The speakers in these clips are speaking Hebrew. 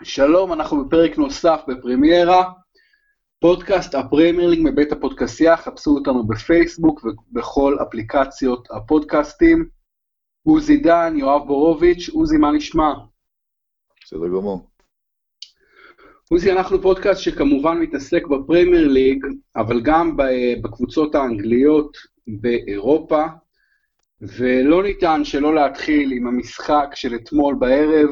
שלום, אנחנו בפרק נוסף בפרמיירה, פודקאסט הפרמייר ליג מבית הפודקאסיה, חפשו אותנו בפייסבוק ובכל אפליקציות הפודקאסטים. עוזי דן, יואב בורוביץ', עוזי, מה נשמע? בסדר גמור. עוזי, אנחנו פודקאסט שכמובן מתעסק בפרמייר ליג, אבל גם בקבוצות האנגליות באירופה, ולא ניתן שלא להתחיל עם המשחק של אתמול בערב,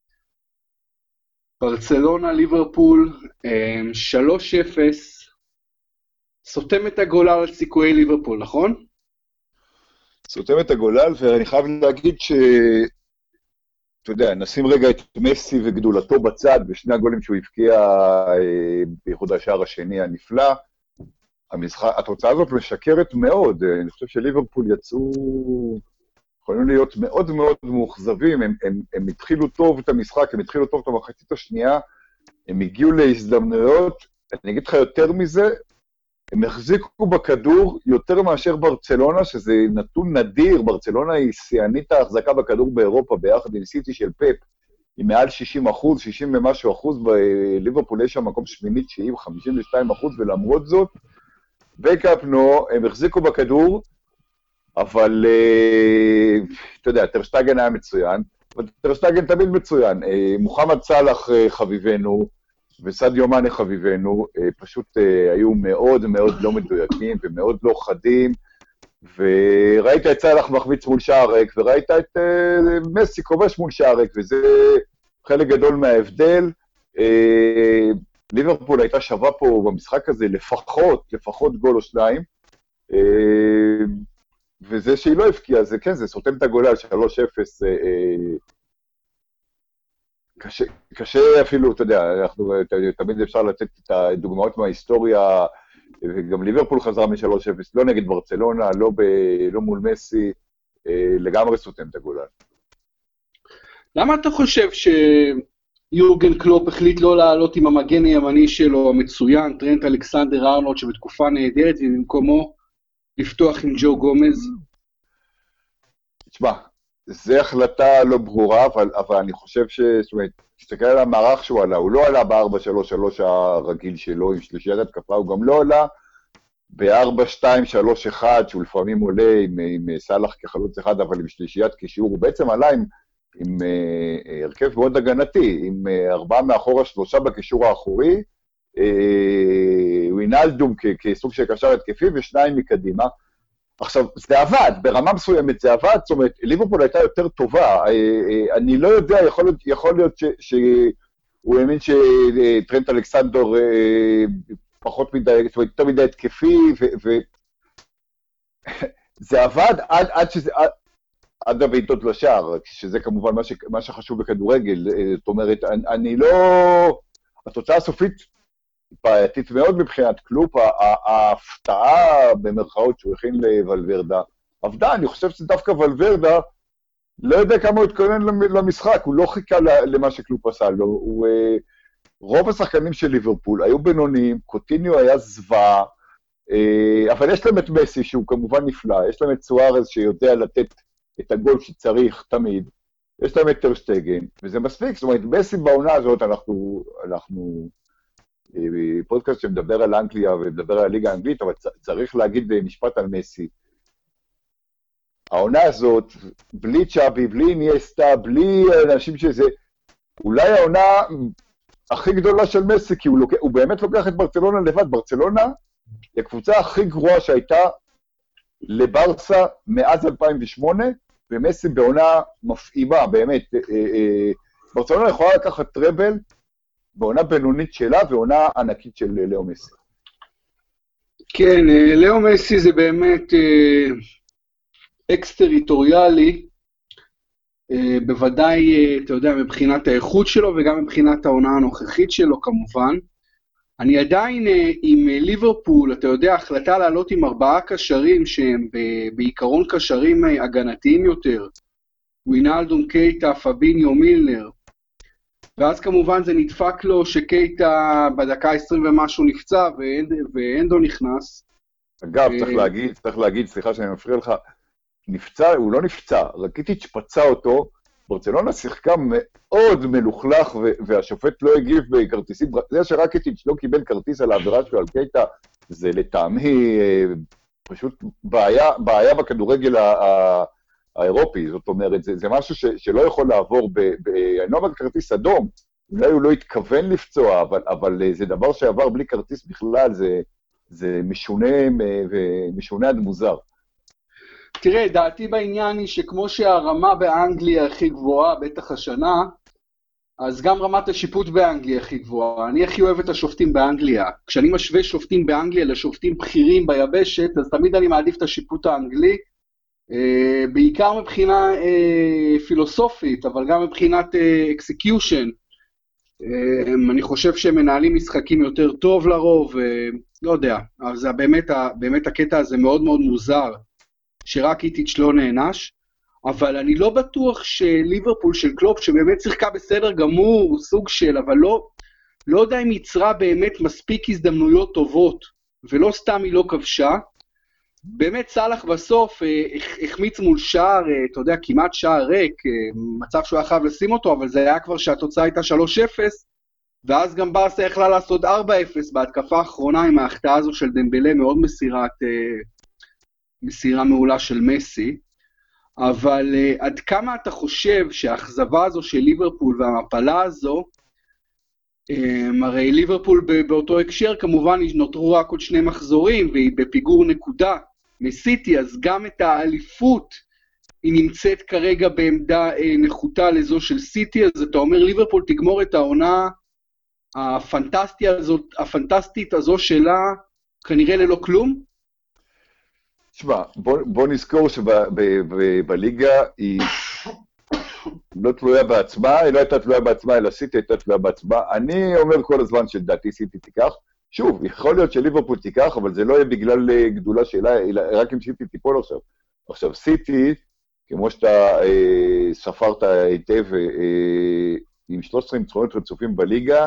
ברצלונה, ליברפול, 3-0, סותם את הגולל על סיכויי ליברפול, נכון? סותם את הגולל, ואני חייב להגיד אתה יודע, נשים רגע את מסי וגדולתו בצד, בשני הגולים שהוא הבקיע בייחוד השער השני הנפלא. התוצאה הזאת משקרת מאוד, אני חושב שליברפול יכולים להיות מאוד מאוד מאוכזבים, הם התחילו טוב את המשחק, הם התחילו טוב את המחצית השנייה, הם הגיעו להזדמנויות, אני אגיד לך יותר מזה, הם החזיקו בכדור יותר מאשר ברצלונה, שזה נתון נדיר, ברצלונה היא שיאנית ההחזקה בכדור באירופה, ביחד עם סיטי של פפ, היא מעל 60%, 60 ומשהו אחוז, בליברפול יש שם מקום שמינית שהיא 52%, ולמרות זאת, בקאפ-נו, הם החזיקו בכדור, אבל אתה יודע, טרשטגן היה מצוין, אבל טרשטגן תמיד מצוין, מוחמד סלאח חביבנו, וסדיו מאנה חביבנו, פשוט היו מאוד מאוד לא מדויקים, ומאוד לא חדים, וראית את סלאח מחמיץ מול שער ריק, וראית את מסי כובש מול שער ריק, וזה חלק גדול מההבדל. ליברפול הייתה שווה פה במשחק הזה לפחות גול או שניים, וזה שהיא לא הפקיעה, זה כן, זה סותם את הגולה על 3-0, קשה אפילו, אתה יודע, תמיד אפשר לתת את הדוגמאות מההיסטוריה, וגם ליברפול חזרה מ-3-0, לא נגד ברצלונה, לא מול מסי, לגמרי סותם את הגולה. למה אתה חושב שיורגן קלופ החליט לא לעלות עם המגן הימני שלו המצוין, טרנט אלכסנדר ארנולד, שבתקופה נהדרת, ובמקומו לפתוח עם ג'ו גומז? תשמע, זו החלטה לא ברורה, אבל אני חושב זאת אומרת, תסתכל על המערך שהוא עלה, הוא לא עלה ב-4-3-3 הרגיל שלו עם שלישיית התקפה, הוא גם לא עלה ב-4-2-3-1, שהוא לפעמים עולה עם סלאח כחלוץ אחד, אבל עם שלישיית קישור, הוא בעצם עלה עם הרכב מאוד הגנתי, עם 4 מאחורה, 3 בקישור האחורי, ווינאלדום כסוג של קשר התקפי, ו2 מקדימה. עכשיו, זה עבד, ברמה מסוימת זה עבד, זאת אומרת, ליברפול הייתה יותר טובה, אני לא יודע, יכול להיות שהוא האמין שטרנט אלכסנדר פחות מדי, זאת אומרת, יותר מדי התקפי, זה עבד עד הבעיטות לשער, שזה כמובן מה שחשוב בכדורגל, זאת אומרת, אני לא, התוצאה הסופית, בעייתית מאוד מבחינת קלופ, ההפתעה במרכאות שהוא הכין לוולברדה, עבדה, אני חושב שדווקא וולברדה לא יודע כמה הוא התכונן למשחק, הוא לא חיכה למה שקלופ עשה לו, רוב השחקנים של ליברפול היו בינוניים, קוטיניו היה זוועה, אבל יש להם את מסי שהוא כמובן נפלא, יש להם את סוארז שיודע לתת את הגול שצריך תמיד, יש להם את טרשטגן, וזה מספיק, זאת אומרת, מסי בעונה הזאת אנחנו פודקאסט שמדבר על אנגליה ומדבר על הליגה האנגלית, אבל צריך להגיד משפט על מסי. העונה הזאת, בלי צ'אבי, בלי אינייסטה, בלי אנשים שזה, אולי העונה הכי גדולה של מסי, כי הוא באמת לוקח את ברצלונה לבד. ברצלונה היא הקבוצה הכי גרועה שהייתה לברסה מאז 2008, ומסי בעונה מפעימה, באמת. ברצלונה יכולה לקחת טראבל, בעונה בינונית שלה ועונה ענקית של לאו מסי. כן, לאו מסי זה באמת אקס-טריטוריאלי, בוודאי, אתה יודע, מבחינת האיכות שלו וגם מבחינת העונה הנוכחית שלו כמובן. אני עדיין עם ליברפול, אתה יודע, החלטה לעלות עם 4 קשרים שהם בעיקרון קשרים הגנתיים יותר, ווינאלדום, קייטה, פביניו, מילנר, ואז כמובן זה נדפק לו שקייטה בדקה 20 ומשהו נפצע, ואנדו נכנס. אגב, צריך להגיד, סליחה שאני מפריע לך, הוא לא נפצע, רקיטיץ' פצע אותו ברצלונה שיחקה מאוד מלוכלך, והשופט לא הגיב בכרטיסים, זה שרקיטיץ' לא קיבל כרטיס על העבירה שלו על קייטה, זה לטעמי פשוט בעיה בכדורגל האירופי, זאת אומרת, זה משהו שלא יכול לעבור, אני לא אומר כרטיס אדום, אולי הוא לא התכוון לפצוע, אבל זה דבר שעבר בלי כרטיס בכלל, זה משונה עד מוזר. תראה, דעתי בעניין היא שכמו שהרמה באנגליה הכי גבוהה, בטח השנה, אז גם רמת השיפוט באנגליה הכי גבוהה. אני הכי אוהב את השופטים באנגליה. כשאני משווה שופטים באנגליה לשופטים בכירים ביבשת, אז תמיד אני מעדיף את השיפוט האנגלי, בעיקר מבחינה פילוסופית, אבל גם מבחינת אקסקיושן. אני חושב שהם מנהלים משחקים יותר טוב לרוב, לא יודע, אבל זה באמת הקטע הזה מאוד מאוד מוזר, שרק איטיץ' לא נענש, אבל אני לא בטוח שליברפול של קלופ, שבאמת שיחקה בסדר גמור, סוג של, אבל לא יודע אם יצרה באמת מספיק הזדמנויות טובות, ולא סתם היא לא כבשה. באמת סלח בסוף החמיץ מול שער, אתה יודע, כמעט שער ריק, מצב שהוא היה חייב לשים אותו, אבל זה היה כבר שהתוצאה הייתה 3-0, ואז גם ברסה יכלה לעשות 4-0 בהתקפה האחרונה עם ההחטאה הזו של דמבלה, מאוד מסירה מעולה של מסי. אבל עד כמה אתה חושב שהאכזבה הזו של ליברפול והמפלה הזו, הרי ליברפול באותו הקשר כמובן נותרו רק עוד 2 מחזורים, והיא בפיגור נקודה מסיטי, אז גם את האליפות היא נמצאת כרגע בעמדה נחותה לזו של סיטי, אז אתה אומר ליברפול תגמור את העונה הפנטסטית הזו שלה כנראה ללא כלום? תשמע, בוא נזכור שבליגה היא לא תלויה בעצמה, היא לא הייתה תלויה בעצמה, אלא סיטי הייתה תלויה בעצמה. אני אומר כל הזמן שדעתי סיטי תיקח. שוב, יכול להיות שליברפול תיקח, אבל זה לא יהיה בגלל גדולה שלה, אלא רק אם סיטי תיפול עכשיו. עכשיו, סיטי, כמו שאתה ספרת היטב, עם 13 ניצחונות רצופים בליגה,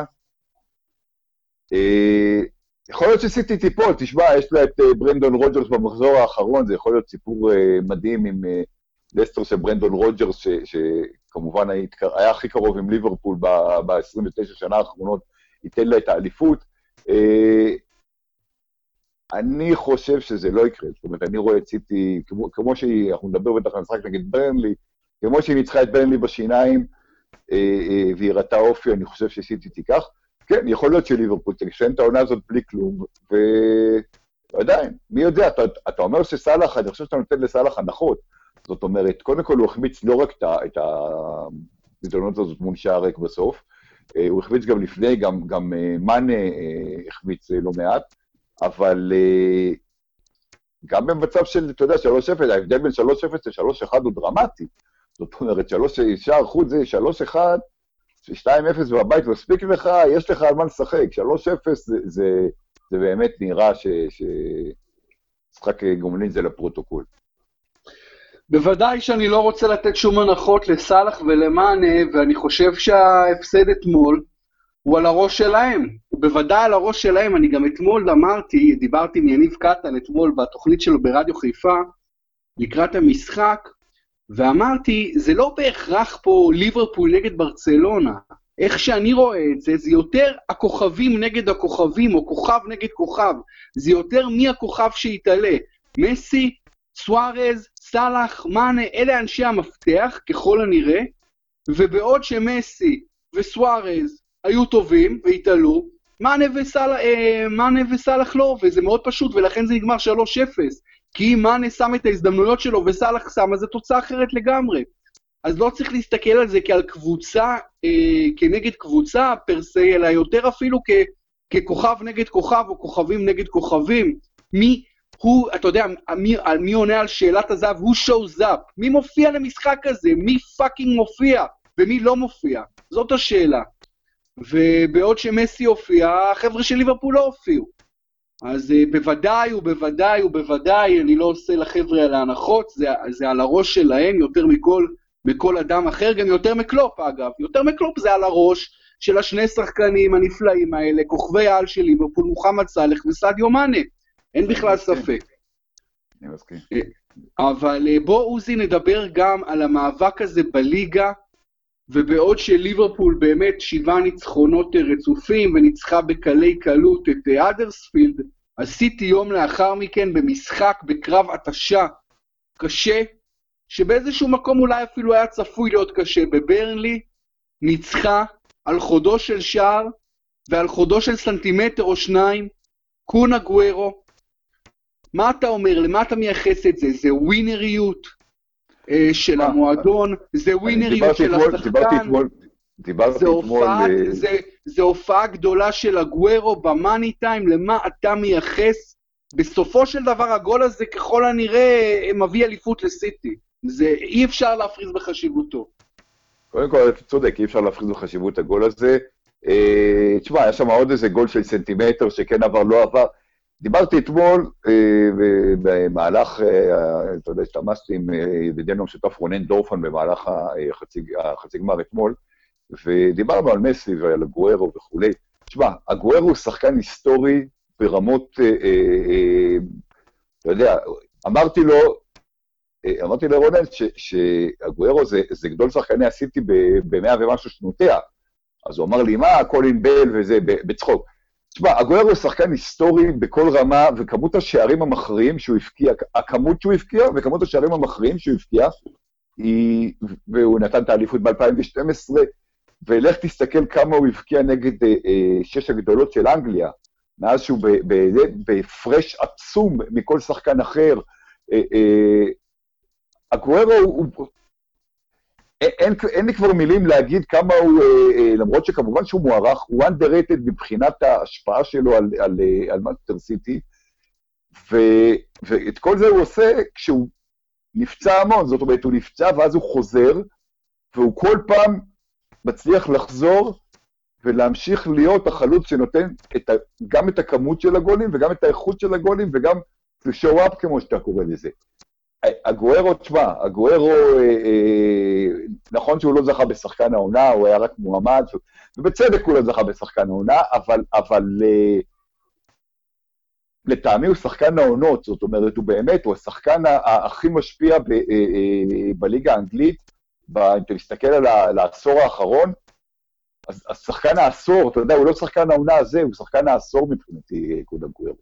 יכול להיות שסיטי טיפול, תשמע, יש לה את ברנדון רוג'רס במחזור האחרון, זה יכול להיות סיפור מדהים עם לסטר של ברנדון רוג'רס, שכמובן היה הכי קרוב עם ליברפול ב-29 שנה האחרונות, ייתן לה את האליפות. אני חושב שזה לא יקרה, זאת אומרת, אני רואה את סיטי, כמו שהיא, אנחנו נדבר בטח על משחק נגד ברנלי, כמו שהיא ניצחה את ברנלי בשיניים, והיא ראתה אופי, אני חושב שסיטי תיקח. כן, יכול להיות שליברפול תגשן את העונה הזאת בלי כלום, ועדיין, מי יודע, אתה אומר שסלח, אני חושב שאתה נותן לסלח הנחות, זאת אומרת, קודם כל הוא החמיץ לא רק את ההזדמנות הזאת מול שער ריק בסוף, הוא החמיץ גם לפני, גם מאנה החמיץ לא מעט, אבל גם במצב של, אתה יודע, 3-0, ההבדל בין 3-0 ל-3-1 הוא דרמטי, זאת אומרת, שער חוץ זה 3-1, 2-0 בבית מספיק לך, יש לך על מה לשחק, 3-0 זה באמת נראה שמשחק גומלין זה לפרוטוקול. בוודאי שאני לא רוצה לתת שום הנחות לסלח ולמאנה, ואני חושב שההפסד אתמול הוא על הראש שלהם, הוא בוודאי על הראש שלהם. אני גם אתמול דיברתי עם יניב קטן אתמול בתוכנית שלו ברדיו חיפה, לקראת המשחק, ואמרתי, זה לא בהכרח פה ליברפול נגד ברצלונה, איך שאני רואה את זה, זה יותר הכוכבים נגד הכוכבים, או כוכב נגד כוכב, זה יותר מי הכוכב שיתעלה, מסי, סוארז, סלח, מאנה, אלה אנשי המפתח ככל הנראה, ובעוד שמסי וסוארז היו טובים והתעלו, מאנה וסלח לא, וזה מאוד פשוט, ולכן זה נגמר 3-0, כי אם מאנה שם את ההזדמנויות שלו וסלח שם, אז זה תוצאה אחרת לגמרי. אז לא צריך להסתכל על זה כעל קבוצה, כנגד קבוצה פרסי, אלא יותר אפילו ככוכב נגד כוכב, או כוכבים נגד כוכבים. מי הוא, אתה יודע, מי עונה על שאלת הזהב, הוא shows up. מי מופיע למשחק הזה? מי פאקינג מופיע? ומי לא מופיע? זאת השאלה. ובעוד שמסי הופיע, החבר'ה של ליברפול לא הופיעו. אז בוודאי, אני לא עושה לחבר'ה על ההנחות, זה על הראש שלהם יותר מכל אדם אחר, גם יותר מקלופ אגב, יותר מקלופ זה על הראש של השני שחקנים הנפלאים האלה, כוכבי העל של ליברפול, מוחמד סלח וסדיו מאנה, אין בכלל ספק. אני מסכים. אבל בוא עוזי נדבר גם על המאבק הזה בליגה, ובעוד שליברפול באמת 7 ניצחונות רצופים, וניצחה בקלי קלות את אדרספילד, עשיתי יום לאחר מכן במשחק בקרב התשה קשה, שבאיזשהו מקום אולי אפילו היה צפוי להיות קשה, בברנלי, ניצחה על חודו של שער, ועל חודו של סנטימטר או שניים, קון אגוארו. מה אתה אומר? למה אתה מייחס את זה? זה ווינריות של המועדון? זה ווינריות של השחקן? זה הופעה גדולה של אגוארו במאני טיים? למה אתה מייחס? בסופו של דבר הגול הזה ככל הנראה מביא אליפות לסיטי. זה אי אפשר להפריז בחשיבותו. קודם כל, אתה צודק, אי אפשר להפריז בחשיבות הגול הזה. תשמע, היה שם עוד איזה גול של סנטימטר שכן עבר, לא עבר. דיברתי אתמול במהלך, אתה יודע, השתמשתי עם ידידנו המשותף רונן דורפן במהלך החצי גמר אתמול, ודיברנו על מסי ועל אגוארו וכולי. תשמע, אגוארו הוא שחקן היסטורי ברמות, אתה יודע, אמרתי לרונן שאגוארו זה גדול שחקני הסיטי ב100 ומשהו שנותיה. אז הוא אמר לי, מה, קולין בל וזה, בצחוק. תשמע, אגוארו הוא שחקן היסטורי בכל רמה, וכמות השערים המכריעים שהוא הפקיע, הכמות שהוא הפקיע וכמות השערים המכריעים שהוא הפקיע, והוא נתן את האליפות ב-2012, ולך תסתכל כמה הוא הפקיע נגד 6 הגדולות של אנגליה, מאז שהוא בהפרש עצום מכל שחקן אחר. אגוארו הוא... אין לי כבר מילים להגיד כמה הוא, למרות שכמובן שהוא מוערך, הוא underrated מבחינת ההשפעה שלו על מנצ'סטר סיטי, ואת כל זה הוא עושה כשהוא נפצע המון, זאת אומרת הוא נפצע ואז הוא חוזר, והוא כל פעם מצליח לחזור ולהמשיך להיות החלוץ שנותן גם את הכמות של הגולים וגם את האיכות של הגולים וגם to show up כמו שאתה קורא לזה. אגוארו, תשמע, אגוארו, נכון שהוא לא זכה בשחקן העונה, הוא היה רק מועמד, ובצדק הוא לא זכה בשחקן העונה, אבל לטעמי הוא שחקן העונות, זאת אומרת, הוא באמת, הוא השחקן הכי משפיע בליגה האנגלית, אם אתה מסתכל על העשור האחרון, אז השחקן העשור, אתה יודע, הוא לא שחקן העונה הזה, הוא שחקן העשור מבחינתי, קוד אגוארו.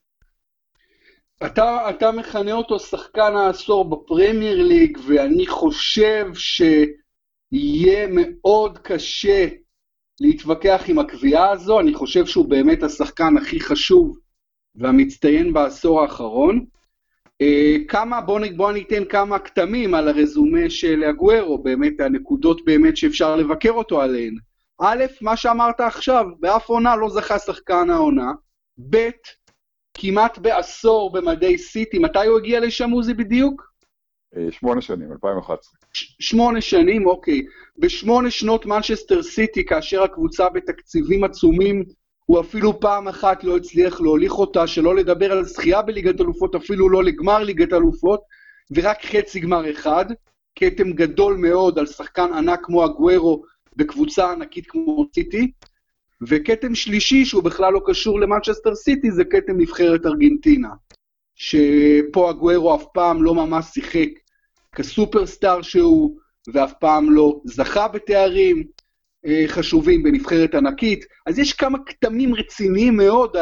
אתה מכנה אותו שחקן העשור בפרמייר ליג, ואני חושב שיהיה מאוד קשה להתווכח עם הקביעה הזו. אני חושב שהוא באמת השחקן הכי חשוב והמצטיין בעשור האחרון. בוא ניתן כמה כתמים על הרזומה של אגוארו, באמת הנקודות באמת שאפשר לבקר אותו עליהן. א', מה שאמרת עכשיו, באף עונה לא זכה שחקן העונה. ב', כמעט בעשור במדי סיטי, מתי הוא הגיע לשם עוזי בדיוק? 8 שנים, 2011. 8 שנים, אוקיי. ב8 שנות מנצ'סטר סיטי, כאשר הקבוצה בתקציבים עצומים, הוא אפילו פעם אחת לא הצליח להוליך אותה, שלא לדבר על זכייה בליגת אלופות, אפילו לא לגמר ליגת אלופות, ורק חצי גמר אחד, כתם גדול מאוד על שחקן ענק כמו אגוארו, בקבוצה ענקית כמו סיטי, וכתם שלישי שהוא בכלל לא קשור למנצ'סטר סיטי, זה כתם נבחרת ארגנטינה, שפה אגוארו אף פעם לא ממש שיחק כסופרסטאר שהוא, ואף פעם לא זכה בתארים חשובים בנבחרת ענקית. אז יש כמה כתמים רציניים מאוד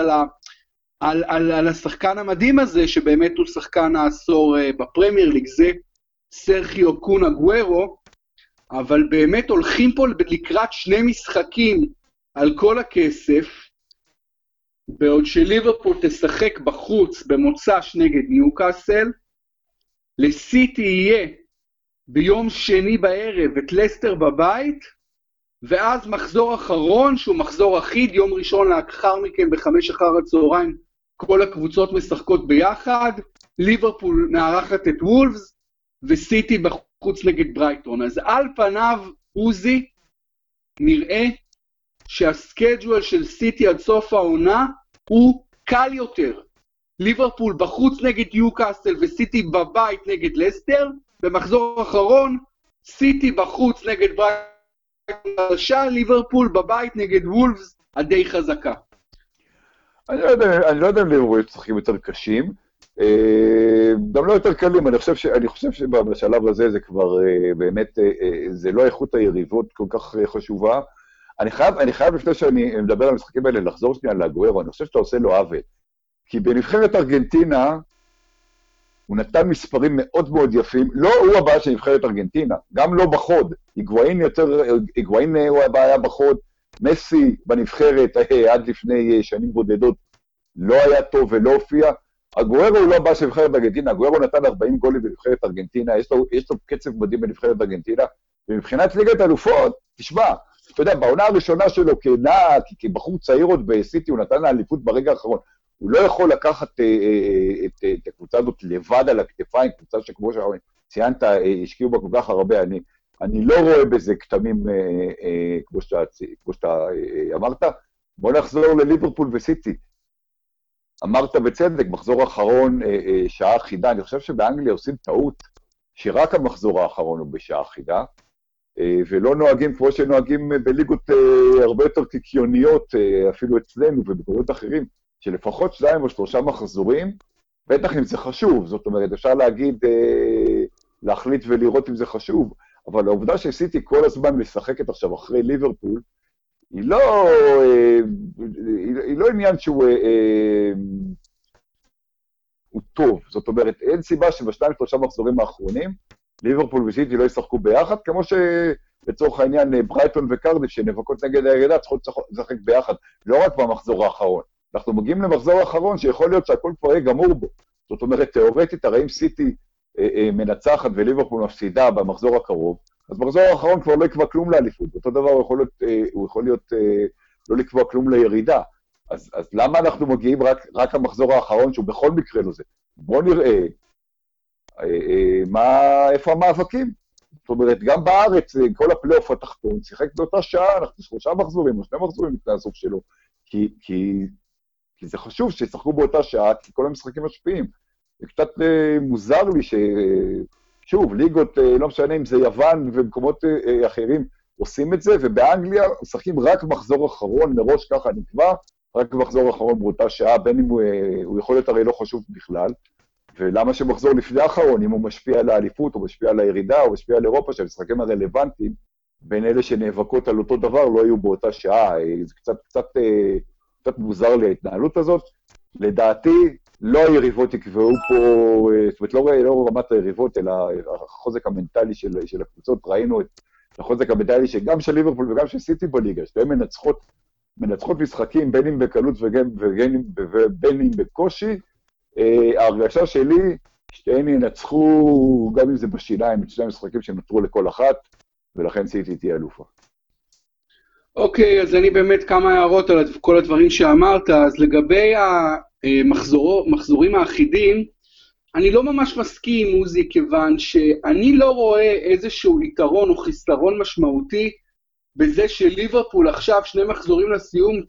על השחקן המדהים הזה, שבאמת הוא שחקן העשור בפרמייר ליג, זה סרחיו קון אגוארו, אבל באמת הולכים פה לקראת 2 משחקים על כל הכסף, בעוד שליברפול תשחק בחוץ במוצ"ש נגד ניוקאסל, לסיטי יהיה ביום שני בערב את לסטר בבית, ואז מחזור אחרון שהוא מחזור אחיד, יום ראשון לאחר מכן ב5 אחר הצהריים, כל הקבוצות משחקות ביחד, ליברפול מארחת את וולפס, וסיטי בחוץ נגד ברייטון. אז על פניו, עוזי, נראה שהסקייג'ואל של סיטי עד סוף העונה הוא קל יותר. ליברפול בחוץ נגד ניוקאסל וסיטי בבית נגד לסטר, במחזור האחרון סיטי בחוץ נגד ברייטון, ליברפול בבית נגד וולפס הדי חזקה. אני לא יודע אם ליברפול משחקים יותר קשים, גם לא יותר קלים, אני חושב שבשלב הזה זה כבר באמת, זה לא איכות היריבות כל כך חשובה. אני חייב לפני שאני מדבר על המשחקים האלה, לחזור שנייה לאגוארו, אני חושב שאתה עושה לו עוול. כי בנבחרת ארגנטינה, הוא נתן מספרים מאוד מאוד יפים, לא הוא הבעיה של נבחרת ארגנטינה, גם לא בחוד, היגואין הוא הבעיה בחוד, מסי בנבחרת עד לפני שנים בודדות לא היה טוב ולא הופיע, אגוארו הוא לא הבעיה של נבחרת ארגנטינה, אגוארו נתן 40 גולים בנבחרת ארגנטינה, יש לו קצב מדהים בנבחרת ארגנטינה, ומבחינת ליגת האלופות, תשמע, אתה יודע, בעונה הראשונה שלו כבחור צעיר עוד בסיטי, הוא נתן לאליפות ברגע האחרון, הוא לא יכול לקחת את הקבוצה הזאת לבד על הכתפיים, קבוצה שכמו שציינת, השקיעו בה כל כך הרבה, אני לא רואה בזה כתמים כמו שאתה אמרת. בוא נחזור לליברפול וסיטי. אמרת בצדק, מחזור האחרון שעה אחידה, אני חושב שבאנגליה עושים טעות, שרק המחזור האחרון הוא בשעה אחידה, ולא נוהגים כמו שנוהגים בליגות הרבה יותר קיקיוניות, אפילו אצלנו ובקולות אחרים, שלפחות 2 או 3 מחזורים, בטח אם זה חשוב, זאת אומרת, אפשר להחליט ולראות אם זה חשוב, אבל העובדה שסיטי כל הזמן משחקת עכשיו אחרי ליברפול, היא לא עניין שהוא טוב, זאת אומרת, אין סיבה שב2-3 מחזורים האחרונים, ליברפול וסיטי לא ישחקו ביחד, כמו שבצורך העניין ברייטון וקרדיף, שנאבקות נגד הירידה, צריכות לשחק ביחד, לא רק במחזור האחרון. אנחנו מגיעים למחזור האחרון שיכול להיות שהכל כבר יהיה גמור בו. זאת אומרת, תיאורטית, הרי אם סיטי מנצחת וליברפול מפסידה במחזור הקרוב, אז במחזור האחרון כבר לא יקבע כלום לאליפות. אותו דבר הוא יכול להיות לא לקבוע כלום לירידה. אז למה אנחנו מגיעים רק המחזור האחרון שהוא בכל מקרה לא זה? בואו נראה איפה המאבקים. זאת אומרת, גם בארץ, כל הפלייאוף התחתון, שיחק באותה שעה, אנחנו 3 מחזורים או 2 מחזורים לפני הסוף שלו, כי זה חשוב שישחקו באותה שעה, כי כל המשחקים משפיעים. זה קצת מוזר לי שוב, ליגות, לא משנה אם זה יוון ומקומות אחרים עושים את זה, ובאנגליה משחקים רק מחזור אחרון, מראש ככה נקבע, רק מחזור אחרון באותה שעה, בין אם הוא יכול להיות הרי לא חשוב בכלל, ולמה שמחזור לפני האחרון, אם הוא משפיע על האליפות, או משפיע על הירידה, או משפיע על אירופה, שהמשחקים הרלוונטיים, בין אלה שנאבקות על אותו דבר, לא יהיו באותה שעה. זה קצת מוזר לי ההתנהלות הזאת. לדעתי, לא היריבות יקבעו פה, זאת אומרת, לא רמת היריבות, אלא החוזק המנטלי של הקבוצות. ראינו את החוזק המנטלי שגם של ליברפול וגם של סיטי בליגה, שתיהן מנצחות משחקים, בין אם בקלות ובין אם בקושי. ההרגשה שלי, שתיהן ינצחו, גם אם זה בשיניים, את 2 משחקים שנותרו לכל אחת, ולכן סיטי תהיה אלופה. אוקיי, אז אני באמת כמה הערות על כל הדברים שאמרת. אז לגבי המחזורים האחידים, אני לא ממש מסכים, מוזי, כיוון שאני לא רואה איזשהו יתרון או חיסרון משמעותי בזה שליברפול עכשיו 2 מחזורים לסיום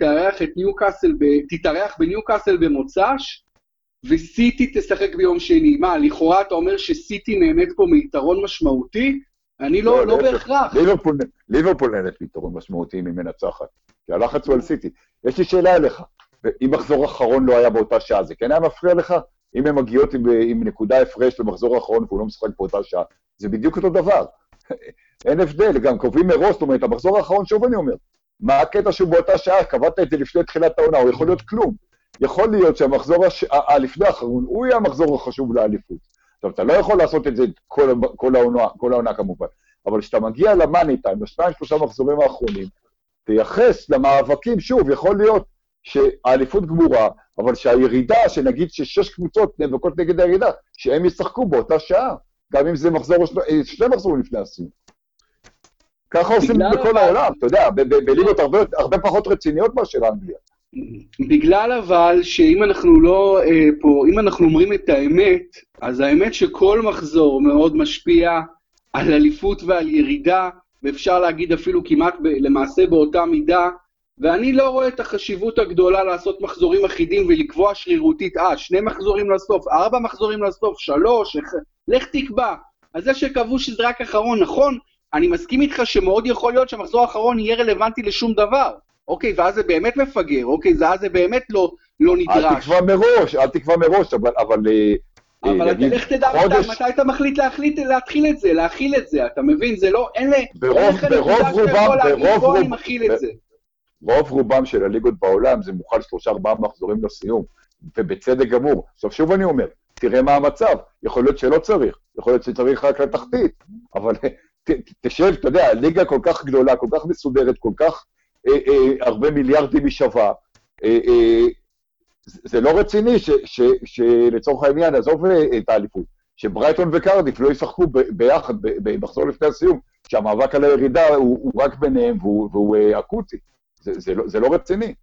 תתארח בניוקאסל במוצ"ש, וסיטי תשחק ביום שני. מה, לכאורה אתה אומר שסיטי נהנית פה מיתרון משמעותי? אני לא בהכרח. ליברפול נהנית מיתרון משמעותי אם היא מנצחת, כי הלחץ הוא על סיטי. יש לי שאלה אליך, אם מחזור אחרון לא היה באותה שעה, זה כן היה מפריע לך? אם הן מגיעות עם נקודה הפרש למחזור האחרון והוא לא משחק באותה שעה, זה בדיוק אותו דבר. אין הבדל, גם קובעים מראש, זאת אומרת, המחזור האחרון, שוב אני אומר, מה הקטע שהוא באותה שעה? קבעת את זה לפני תחילת העונה, הוא יכול להיות כלום. יכול להיות שהמחזור לפני האחרון, הוא יהיה המחזור החשוב לאליפות. עכשיו, אתה לא יכול לעשות את זה כל העונה כמובן, אבל כשאתה מגיע למאני טיים, ב2-3 מחזורים האחרונים, תייחס למאבקים, שוב, יכול להיות שהאליפות גמורה, אבל שהירידה, שנגיד ש6 קבוצות נאבקות נגד הירידה, שהם ישחקו באותה שעה, גם אם זה 2 מחזורים לפני הסיום. ככה עושים בכל העולם, אתה יודע, בליגות הרבה פחות רציניות מאשר אנגליה. בגלל אבל שאם אנחנו לא פה, אם אנחנו אומרים את האמת, אז האמת שכל מחזור מאוד משפיע על אליפות ועל ירידה, ואפשר להגיד אפילו כמעט למעשה באותה מידה, ואני לא רואה את החשיבות הגדולה לעשות מחזורים אחידים ולקבוע שרירותית, 2 מחזורים לסוף, 4 מחזורים לסוף, 3, לך תקבע. אז זה שקבעו שזה רק אחרון, נכון, אני מסכים איתך שמאוד יכול להיות שהמחזור האחרון יהיה רלוונטי לשום דבר. אוקיי, ואז זה באמת מפגר, אוקיי, ואז זה באמת לא נדרש. אל תקבע מראש, אבל איך תדע מתי אתה מחליט להכיל את זה, אתה מבין? זה לא, אין לך נקודה שאתה יכול להגיד, בוא אני מכיל את זה. רוב רובם של הליגות בעולם זה מוכן 3-4 מחזורים לסיום, ובצדק גמור. עכשיו שוב אני אומר, תראה מה המצב, יכול להיות שלא צריך, יכול להיות שצריך רק לתחתית, אבל תשב, אתה יודע, הליגה כל כך גדולה, כל כך מסודרת, כל כך הרבה מיליארדים משווה, זה לא רציני שלצורך העניין, עזוב את האליפות, שברייטון וקרדיף לא ישחקו ביחד במחזור לפני הסיום, שהמאבק על הירידה הוא רק ביניהם והוא אקוטי. זה לא רציני.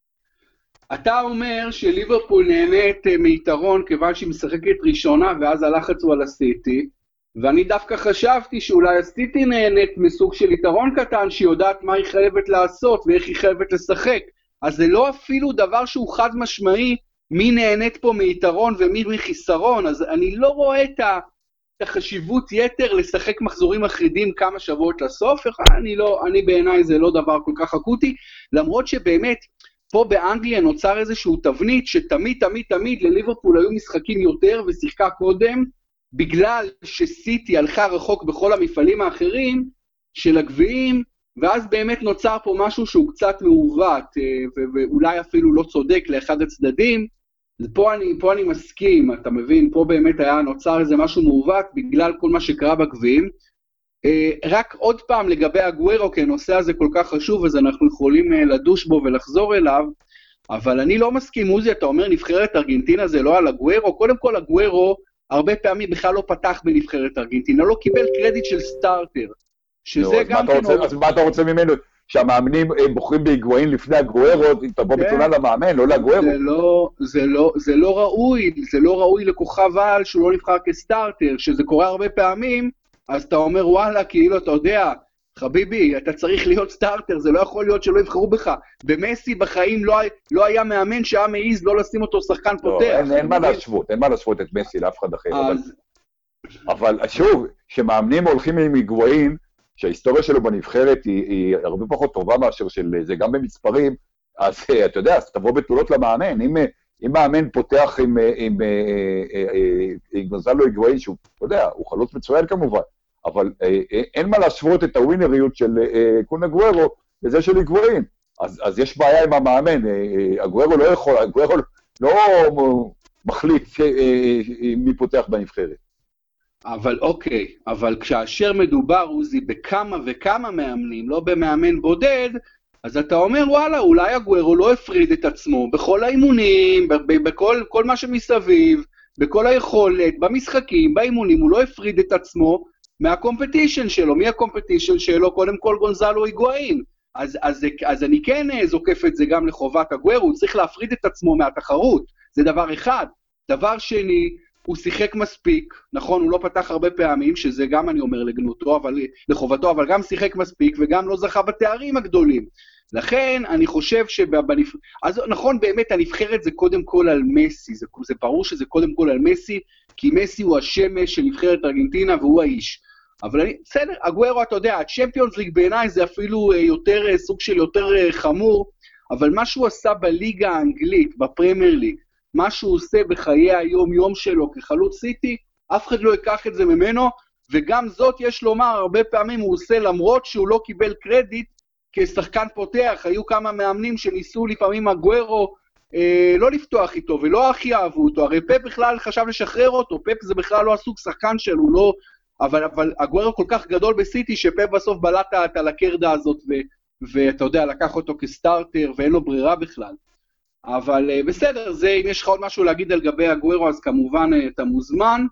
אתה אומר שליברפול נהנית מיתרון כיוון שהיא משחקת ראשונה ואז הלחץ הוא על הסיטי, ואני דווקא חשבתי שאולי הסיטי נהנית מסוג של יתרון קטן שהיא יודעת מה היא חייבת לעשות ואיך היא חייבת לשחק. אז זה לא אפילו דבר שהוא חד משמעי מי נהנית פה מיתרון ומי מחיסרון, אז אני לא רואה את החשיבות יתר לשחק מחזורים אחרידים כמה שבועות לסוף, אני בעיניי זה לא דבר כל כך אקוטי, למרות שבאמת פה באנגליה נוצר איזשהו תבנית שתמיד תמיד תמיד לליברפול היו משחקים יותר ושיחקה קודם, בגלל שסיטי הלכה רחוק בכל המפעלים האחרים של הגביעים, ואז באמת נוצר פה משהו שהוא קצת מעוות, ואולי אפילו לא צודק לאחד הצדדים, פה אני מסכים, אתה מבין, פה באמת היה נוצר איזה משהו מעוות, בגלל כל מה שקרה בגביעים, רק עוד פעם לגבי הגוורו, כי הנושא הזה כל כך חשוב, אז אנחנו יכולים לדוש בו ולחזור אליו, אבל אני לא מסכים, עוזי, אתה אומר נבחרת ארגנטינה זה לא על הגוורו, קודם כל הגוורו, הרבה פעמים בכלל לא פתח בנבחרת ארגנטינה, לא קיבל קרדיט של סטארטר, שזה גם כן... אז מה אתה רוצה ממנו? שהמאמנים בוחרים בהיגואין לפני הגוורו, תבוא בתלונה למאמן, לא לגוורו. זה לא ראוי לכוכב על שהוא לא נבחר כסטארטר, שזה קורה הרבה פעמים, אז אתה אומר וואלה, כאילו אתה יודע, חביבי, אתה צריך להיות סטארטר, זה לא יכול להיות שלא יבחרו בך. במסי בחיים לא היה מאמן שהיה מעיז לא לשים אותו שחקן פותח. אין מה להשוות את מסי לאף אחד אחר. אבל שוב, שמאמנים הולכים עם היגואין, שההיסטוריה שלו בנבחרת היא הרבה פחות טובה מאשר של זה, גם במספרים, אז אתה יודע, אז תבוא בתולות למאמן, אם מאמן פותח עם גונזלו היגואין, שהוא, אתה יודע, הוא חלוץ מצוין כמובן, אבל אין מה להשוות את הווינריות של קון הגוורו לזה של היגואין, אז יש בעיה עם המאמן, הגוורו לא יכול, הגוורו לא מחליט מי פותח בנבחרת. אבל אוקיי, אבל כשאשר מדובר עוזי בכמה וכמה מאמנים, לא במאמן בודד, אז אתה אומר וואלה, אולי הגוורו לא הפריד את עצמו בכל האימונים, בכל מה שמסביב, בכל היכולת, במשחקים, באימונים, הוא לא הפריד את עצמו מהקומפטישן שלו. מי הקומפטישן שלו? קודם כל גונזלו היגואין. אז אני כן זוקף את זה גם לחובת הגוורו, הוא צריך להפריד את עצמו מהתחרות, זה דבר אחד. דבר שני, הוא שיחק מספיק, נכון, הוא לא פתח הרבה פעמים, שזה גם אני אומר לגנותו, לחובתו, אבל גם שיחק מספיק, וגם לא זכה בתארים הגדולים. לכן אני חושב אז נכון, באמת הנבחרת זה קודם כל על מסי, זה ברור שזה קודם כל על מסי, כי מסי הוא השמש של נבחרת ארגנטינה, והוא האיש. אבל בסדר, הגוורו, אתה יודע, הצ'מפיונס ליג בעיניי זה אפילו יותר, סוג של יותר חמור, אבל מה שהוא עשה בליגה האנגלית, בפרמייר ליג, מה שהוא עושה בחיי היום-יום שלו כחלוץ סיטי, אף אחד לא ייקח את זה ממנו, וגם זאת יש לומר, הרבה פעמים הוא עושה למרות שהוא לא קיבל קרדיט כשחקן פותח. היו כמה מאמנים שניסו לפעמים הגוורו לא לפתוח איתו, ולא הכי אהבו אותו, הרי פפ בכלל חשב לשחרר אותו, פפ זה בכלל לא הסוג שחקן שלו, לא, אבל הגוורו כל כך גדול בסיטי, שפפ בסוף בלט על הקרדה הזאת, ואתה יודע, לקח אותו כסטארטר, ואין לו ברירה בכלל. אבל בסדר, זה, אם יש לך עוד משהו להגיד על גבי הגוורו, אז כמובן אתה מוזמן,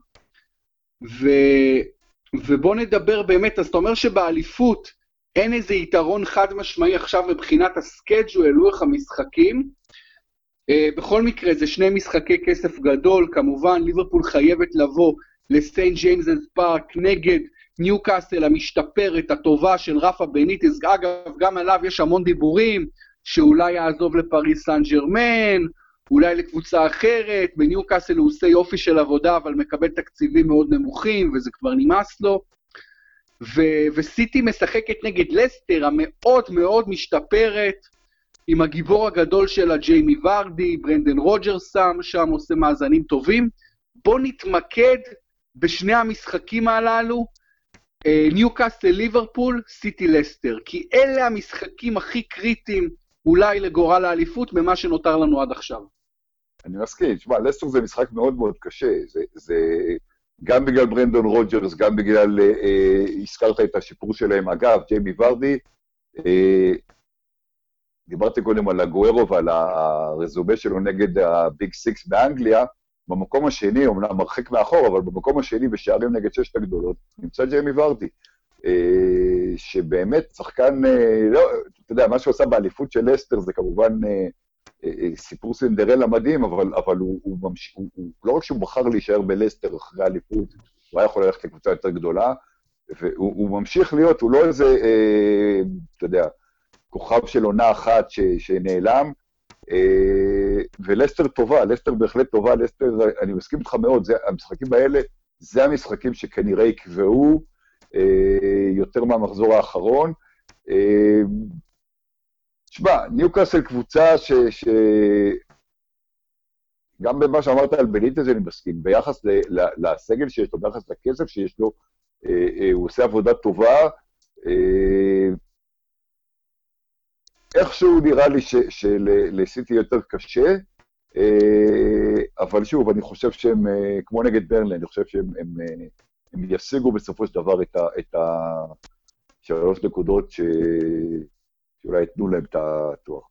ובוא נדבר באמת, אז אתה אומר שבאליפות אין איזה יתרון חד משמעי עכשיו מבחינת הסקייג'ואל, לוח המשחקים, בכל מקרה זה שני משחקי כסף גדול, כמובן ליברפול חייבת לבוא לסיינט ג'יימס פארק נגד ניוקאסל המשתפרת הטובה של רפה בניטס, אגב גם עליו יש המון דיבורים, שאולי יעזוב לפריס סן ג'רמן, אולי לקבוצה אחרת, בניוקאסל הוא עושה יופי של עבודה, אבל מקבל תקציבים מאוד נמוכים, וזה כבר נמאס לו, וסיטי משחקת נגד לסטר, המאוד מאוד משתפרת, עם הגיבור הגדול שלה, ג'יימי ורדי, ברנדן רוג'רס שם עושה מאזנים טובים. בוא נתמקד בשני המשחקים הללו, ניוקאסל ליברפול, סיטי לסטר, כי אלה המשחקים הכי קריטיים אולי לגורל האליפות ממה שנותר לנו עד עכשיו. אני מסכים, תשמע, לסטר זה משחק מאוד מאוד קשה, זה גם בגלל ברנדון רוג'רס, גם בגלל, הזכרת את השיפור שלהם, אגב, ג'יימי ורדי, דיברתי קודם על הגוארו ועל הרזומה שלו נגד הביג סיקס באנגליה, במקום השני, אומנם מרחיק מאחור, אבל במקום השני בשערים נגד ששת הגדולות, נמצא ג'יימי ורדי, שבאמת שחקן, לא, אתה יודע, מה שהוא עושה באליפות של לסטר זה כמובן סיפור סינדרלה מדהים, אבל הוא לא רק שהוא בחר להישאר בלסטר אחרי האליפות, הוא היה יכול ללכת לקבוצה יותר גדולה, והוא ממשיך להיות, הוא לא איזה, אתה יודע, כוכב של עונה אחת שנעלם, ולסטר טובה, לסטר בהחלט טובה, לסטר, אני מסכים איתך מאוד, המשחקים האלה, זה המשחקים שכנראה יקבעו יותר מהמחזור האחרון. תשמע, ניוקאסל קבוצה גם במה שאמרת על בניטז אני מסכים, ביחס לסגל שיש לו, ביחס לכסף שיש לו, הוא עושה עבודה טובה, איכשהו נראה לי שלסיטי יותר קשה, אבל שוב, אני חושב שהם, כמו נגד ברנלי, אני חושב שהם ישיגו בסופו של דבר את השלוש נקודות שאולי יתנו להם את התואר.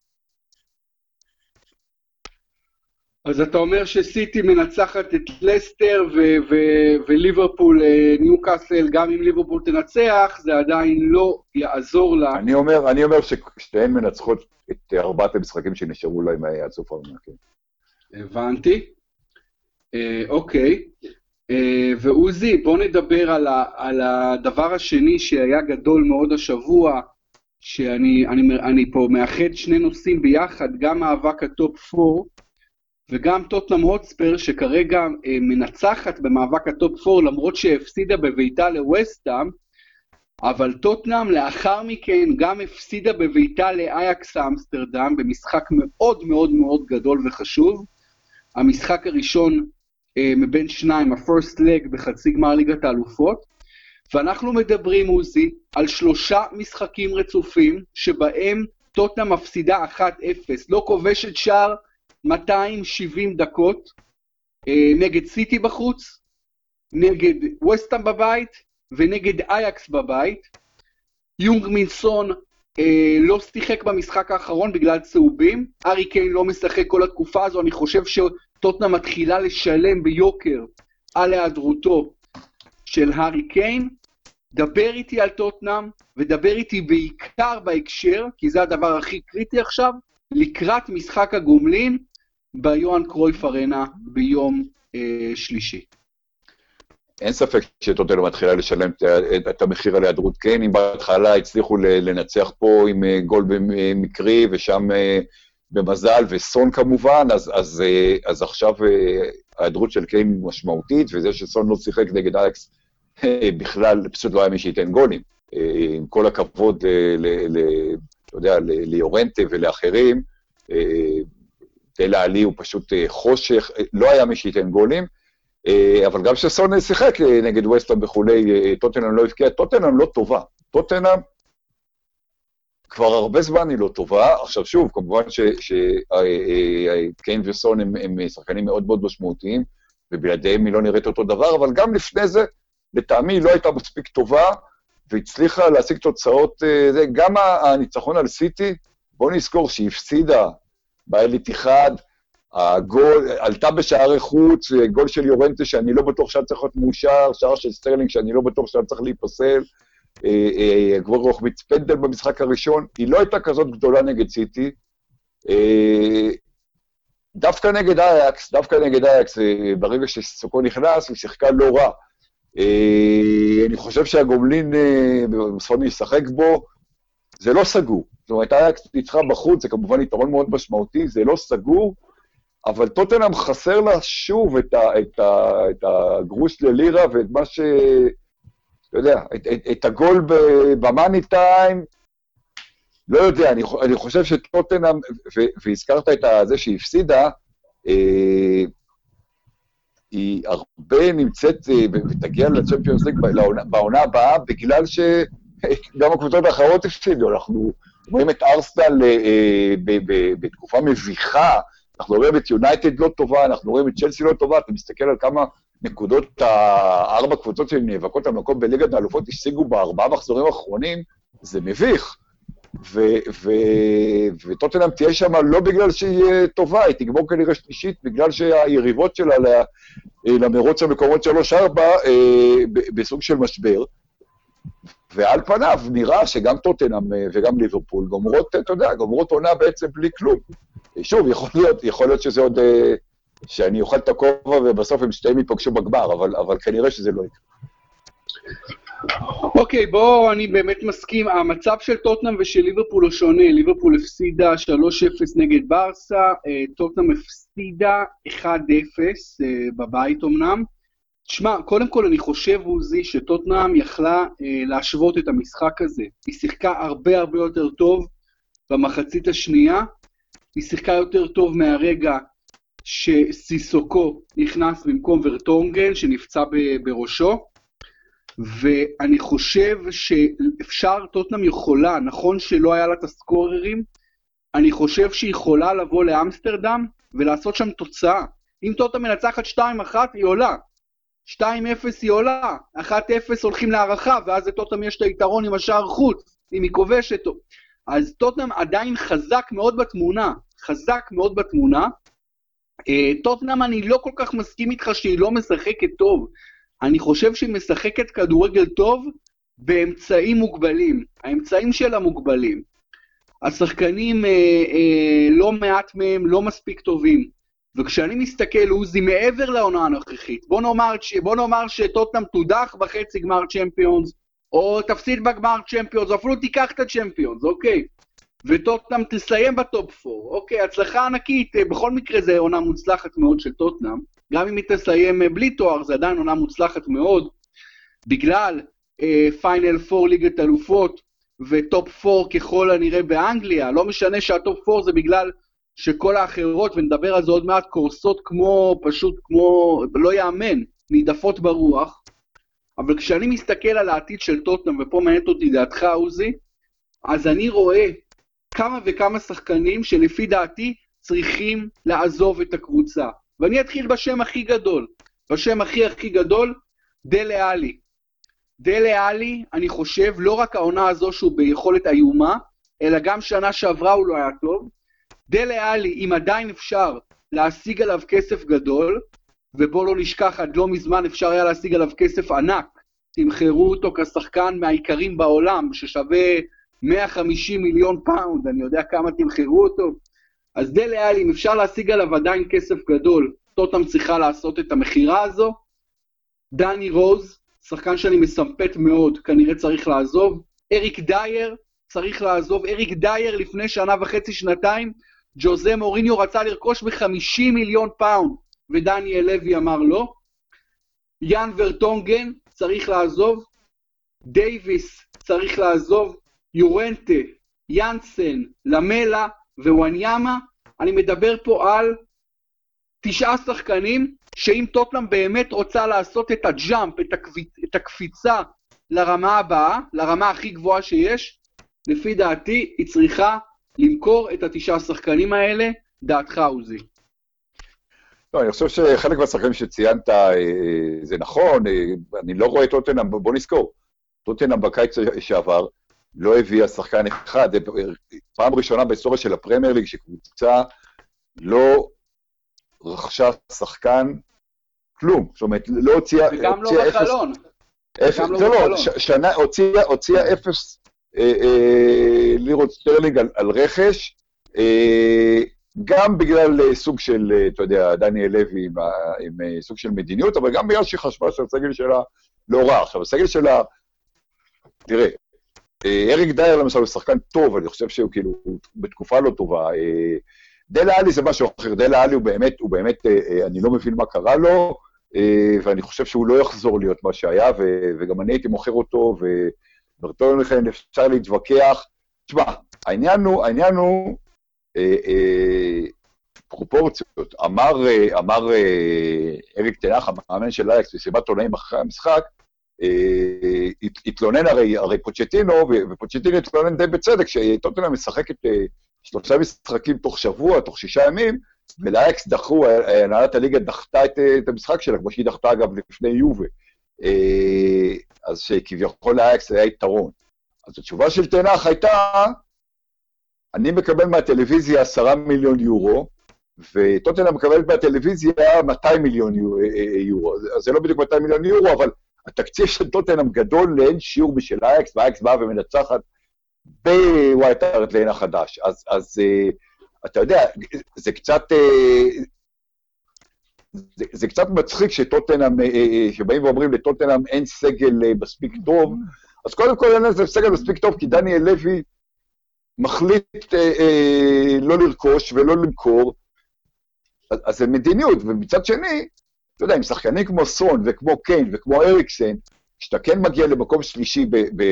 אז אתה אומר שסיטי מנצחת את לסטר וליברפול ניוקאסל, גם אם ליברפול תנצח, זה עדיין לא יעזור לה. אני אומר ששתיהן מנצחות את ארבעת המשחקים שנשארו להם עד סוף העונה. הבנתי. אוקיי. ועוזי, בוא נדבר על הדבר השני שהיה גדול מאוד השבוע, שאני פה מאחד שני נושאים ביחד, גם מאבק הטופ 4, וגם טוטנהאם הוטספר שכרגע מנצחת במאבק הטופ 4 למרות שהפסידה בביתה לווסטהאם, אבל טוטנהאם לאחר מכן גם הפסידה בביתה לאייקס אמסטרדם במשחק מאוד מאוד מאוד גדול וחשוב. המשחק הראשון מבין שניים, הפרסט לג בחצי גמר ליגת האלופות, ואנחנו מדברים עוזי על 3 משחקים רצופים שבהם טוטנהאם מפסידה 1-0, לא כובשת שער 270 דקות, נגד סיטי בחוץ, נגד ווסטהאם בבית, ונגד אייקס בבית. יונג מינסון לא שיחק במשחק האחרון בגלל צהובים, הארי קיין לא משחק כל התקופה הזו, אני חושב שטוטנהאם מתחילה לשלם ביוקר על היעדרותו של הארי קיין. דבר איתי על טוטנהאם, ודבר איתי בעיקר בהקשר, כי זה הדבר הכי קריטי עכשיו, לקראת משחק הגומלין ביוהאן קרויף ארנה ביום שלישי. אין ספק שטוטנהאם מתחילה לשלם את המחיר על היעדרות קיין, אם בהתחלה הצליחו לנצח פה עם גול במקרי ושם במזל וסון כמובן, אז עכשיו ההיעדרות של קיין משמעותית, וזה שסון לא שיחק נגד אייקס בכלל פשוט לא היה מי שייתן גולים. עם כל הכבוד ליורנטה ולאחרים, דלה עלי הוא פשוט חושך, לא היה מי שייתן גולים, אבל גם שסון שיחק נגד ווסטהאם וכולי, טוטנהאם לא הבקיע, טוטנהאם לא טובה, טוטנהאם כבר הרבה זמן היא לא טובה. עכשיו שוב, כמובן שקיין וסון הם שחקנים מאוד מאוד משמעותיים, ובלעדיהם היא לא נראית אותו דבר, אבל גם לפני זה, לטעמי היא לא הייתה מספיק טובה, והצליחה להשיג תוצאות, גם הניצחון על סיטי, בואו נזכור שהיא הפסידה באלית אחד, הגול, עלתה בשערי חוץ, גול של יורנטה שאני לא בטוח שהיה צריך להיות מאושר, שער של סטרלינג שאני לא בטוח שהיה צריך להיפסל, הגבור רוחביץ פנדל במשחק הראשון, היא לא הייתה כזאת גדולה נגד סיטי, דווקא נגד אייקס, ברגע שסוקו נכנס, היא שיחקה לא רע. אני חושב שהגומלין בספורט ישחק בו, זה לא סגור. זאת אומרת, אייקס ניצחה בחוץ, זה כמובן יתרון מאוד משמעותי, זה לא סגור, אבל טוטנהאם חסר לה שוב את הגרוש ללירה, ואת מה ש... אתה יודע, את הגול במאני טיים, לא יודע, אני חושב שטוטנהאם, והזכרת את זה שהיא הפסידה, היא הרבה נמצאת ותגיע לצ'מפיונס ליג בעונה הבאה, בגלל שגם הקבוצות האחרות הפסידו. אנחנו רואים את ארסנל בתקופה מביכה, אנחנו רואים את יונייטד לא טובה, אנחנו רואים את צ'לסי לא טובה, אתה מסתכל על כמה נקודות, 4 קבוצות שהן נאבקות על מקום בליגת האלופות, השיגו ב4 מחזורים האחרונים, זה מביך. וטוטנהאם תהיה שם לא בגלל שהיא טובה, היא תגמור כנראה שלישית, בגלל שהיריבות שלה למרוץ המקומות 3-4 בסוג של משבר, ועל פניו נראה שגם טוטנהאם וגם ליברפול גומרות, אתה יודע, גומרות עונה בעצם בלי כלום. שוב, יכול להיות שזה עוד, שאני אוכל את הכובע ובסוף הם שתיים ייפגשו בגמר, אבל כנראה שזה לא יקרה. אוקיי, בוא, אני באמת מסכים, המצב של טוטנהאם ושל ליברפול הוא שונה, ליברפול הפסידה 3-0 נגד ברסה, טוטנהאם הפסידה 1-0 בבית אמנם. תשמע, קודם כל אני חושב, עוזי, שטוטנהאם יכלה להשוות את המשחק הזה, היא שיחקה הרבה יותר טוב במחצית השנייה, היא שיחקה יותר טוב מהרגע שסיסוקו נכנס במקום ורטונגן שנפצע בראשו, ואני חושב שאפשר, טוטנהאם יכולה, נכון שלא היה לה את הסקוררים, אני חושב שהיא יכולה לבוא לאמסטרדם ולעשות שם תוצאה. אם טוטנהאם מנצחת 2-1 היא עולה, 2-0 היא עולה, 1-0 הולכים להערכה, ואז לטוטנהאם יש את היתרון עם השער חוץ, אם היא כובשת. אז טוטנהאם עדיין חזק מאוד בתמונה, טוטנהאם אני לא כל כך מסכים איתך שהיא לא משחקת טוב, אני חושב שהיא משחקת כדורגל טוב באמצעים מוגבלים, האמצעים שלה מוגבלים. השחקנים לא מעט מהם לא מספיק טובים, וכשאני מסתכל עוזי מעבר לעונה הנוכחית, בוא נאמר שטוטנהאם תודח בחצי גמר צ'מפיונס, או תפסיד בגמר צ'מפיונס, או אפילו תיקח את הצ'מפיונס, אוקיי? וטוטנהאם תסיים בטופ 4, אוקיי, הצלחה ענקית, בכל מקרה זה עונה מוצלחת מאוד של טוטנהאם, גם אם היא תסיים בלי תואר, זה עדיין עונה מוצלחת מאוד, בגלל פיינל 4 ליגת אלופות, וטופ 4 ככל הנראה באנגליה, לא משנה שהטופ 4 זה בגלל שכל האחרות, ונדבר על זה עוד מעט, קורסות פשוט כמו, לא יאמן, נידפות ברוח, אבל כשאני מסתכל על העתיד של טוטנהאם, ופה מעניין אותי דעתך עוזי, אז אני רואה כמה וכמה שחקנים שלפי דעתי צריכים לעזוב את הקבוצה. ואני אתחיל בשם הכי גדול, בשם הכי גדול, דלה עלי. דלה עלי, אני חושב, לא רק העונה הזו שהוא ביכולת איומה, אלא גם שנה שעברה הוא לא היה טוב. דלה עלי, אם עדיין אפשר להשיג עליו כסף גדול, ובוא לא נשכח, עד לא מזמן אפשר היה להשיג עליו כסף ענק, תמחרו אותו כשחקן מהעיקרים בעולם, ששווה 150 מיליון פאונד, אני יודע כמה תמחרו אותו, אז דלה עלי, אם אפשר להשיג עליו עדיין כסף גדול, טוטנהאם צריכה לעשות את המחירה הזו. דני רוז, שחקן שאני מסמפת מאוד, כנראה צריך לעזוב. אריק דייר צריך לעזוב. אריק דייר לפני שנה וחצי, שנתיים, ג'וזה מוריניו רצה לרכוש ב50 מיליון פאונד, ודניאל לוי אמר לא. יאן ורטונגן צריך לעזוב. דייביס צריך לעזוב. יורנטה, יאנסן, למלה ווואניאמה. אני מדבר פה על 9 שחקנים שאם טוטנהאם באמת רוצה לעשות את הג'אמפ, את הקפיצה לרמה הבאה, לרמה הכי גבוהה שיש, לפי דעתי היא צריכה למכור את 9 שחקנים האלה. דעתך עוזי? לא, אני חושב שחלק מהשחקנים שציינת זה נכון, אני לא רואה טוטנהאם, בוא נזכור, טוטנהאם בקיץ שעבר לא הביאה שחקן אחד, פעם ראשונה בהיסטוריה של הפרמייר ליג שקבוצה לא רכשה שחקן כלום, זאת אומרת, לא הוציאה... וגם לא בחלון. זה לא, שנה הוציאה 0 לירות סטרלינג על רכש, גם בגלל סוג של, אתה יודע, דניאל לוי עם סוג של מדיניות, אבל גם בגלל שהיא חשבה שהסגל שלה לא רע. עכשיו, הסגל שלה, תראה, אריק דייר למשל הוא שחקן טוב, אני חושב שהוא כאילו בתקופה לא טובה. דלה עלי זה משהו אחר, דלה עלי הוא באמת, אני לא מבין מה קרה לו, ואני חושב שהוא לא יחזור להיות מה שהיה, וגם אני הייתי מוכר אותו, וברטון לכן אפשר להתווכח. תשמע, העניין הוא פרופורציות. אמר אריק תנח, המאמן של אייקס, בסיבת עונאים אחרי המשחק, התלונן הרי פוצ'טינו, ופוצ'טינו התלונן די בצדק, שטוטנהאם משחקת 3 משחקים תוך שבוע, תוך 6 ימים, ולאייקס דחו, הנהלת הליגה דחתה את המשחק שלה, כמו שהיא דחתה אגב לפני יובה. אז שכביכול לאייקס היה יתרון. אז התשובה של תנח הייתה, אני מקבל מהטלוויזיה 10 מיליון יורו, וטוטנהאם מקבלת מהטלוויזיה 200 מיליון יורו. אז זה לא בדיוק 200 מיליון יורו, אבל התקציב של טוטנהאם גדול לאין שיעור בשל אייקס, והאייקס באה ומנצחת בווייט הארט ליין החדש. אז אתה יודע, זה קצת מצחיק שטוטנהאם, שבאים ואומרים לטוטנהאם אין סגל מספיק טוב, אז קודם כל אין לזה סגל מספיק טוב, כי דניאל לוי מחליט לא לרכוש ולא למכור, אז זה מדיניות, ומצד שני, אתה יודע, עם שחקנים כמו סון וכמו קיין וכמו אריקסן, כשאתה כן מגיע למקום שלישי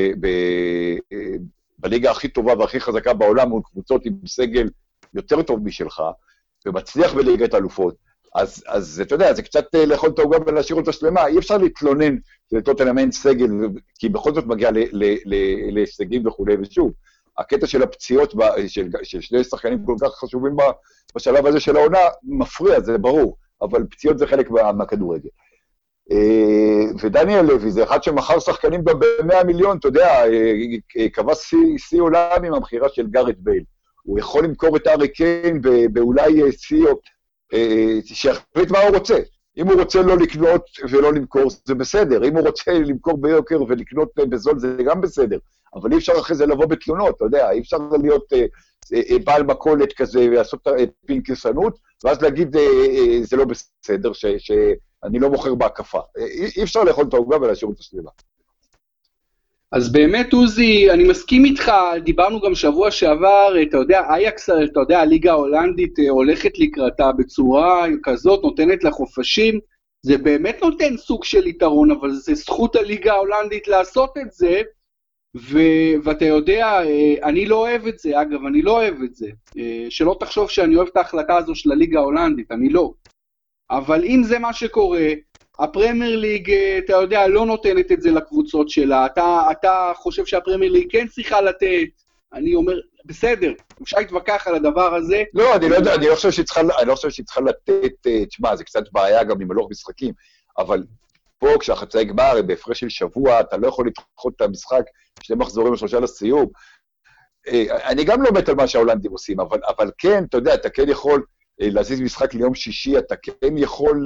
בליגה הכי טובה והכי חזקה בעולם, מול קבוצות עם סגל יותר טוב משלך, ומצליח בליגת אלופות, אז אתה יודע, זה קצת לאכול את העוגה ולהשאיר אותה שלמה, אי אפשר להתלונן לטוטנהאם אין סגל, כי בכל זאת מגיע להישגים וכו'. ושוב, הקטע של הפציעות של שני שחקנים כל כך חשובים בשלב הזה של העונה, מפריע, זה ברור, אבל פציעות זה חלק מהכדורגל. ודניאל לוי זה אחד שמחר שחקנים גם ב100 מיליון, אתה יודע, קבע שיא עולם עם המחירה של גארט בייל. הוא יכול למכור את ארי קיין באולי סיו, שיחליט מה הוא רוצה. אם הוא רוצה לא לקנות ולא למכור, זה בסדר. אם הוא רוצה למכור ביוקר ולקנות בזול, זה גם בסדר. אבל אי אפשר אחרי זה לבוא בתלונות, אתה יודע, אי אפשר להיות בעל מכולת כזה ולעשות פינקסנות, ואז להגיד, זה לא בסדר, שאני לא מוכר בהקפה. אי אפשר לאכול את העוגה ולהשאיר את השלילה. אז באמת, עוזי, אני מסכים איתך, דיברנו גם שבוע שעבר, אתה יודע, אייקס, אתה יודע, הליגה ההולנדית הולכת לקראתה בצורה כזאת, נותנת לה חופשים, זה באמת נותן סוג של יתרון, אבל זה זכות הליגה ההולנדית לעשות את זה, ואתה יודע, אני לא אוהב את זה, אגב, אני לא אוהב את זה, שלא תחשוב שאני אוהב את ההחלטה הזו של הליגה ההולנדית, אני לא. אבל אם זה מה שקורה, הפרמייר ליג, אתה יודע, לא נותנת את זה לקבוצות שלה, אתה חושב שהפרמייר ליג כן צריכה לתת, אני אומר, בסדר, אפשר להתווכח על הדבר הזה. לא, אני לא יודע, אני לא חושב שהיא צריכה לתת, תשמע, זה קצת בעיה גם עם הלוך משחקים, אבל פה כשהחצאי גמר, בהפרש של שבוע, אתה לא יכול לדחות את המשחק, 2 מחזורים או 3 לסיום. אני גם לא מת על מה שההולנדים עושים, אבל כן, אתה יודע, אתה כן יכול להזיז משחק ליום שישי, אתה כן יכול...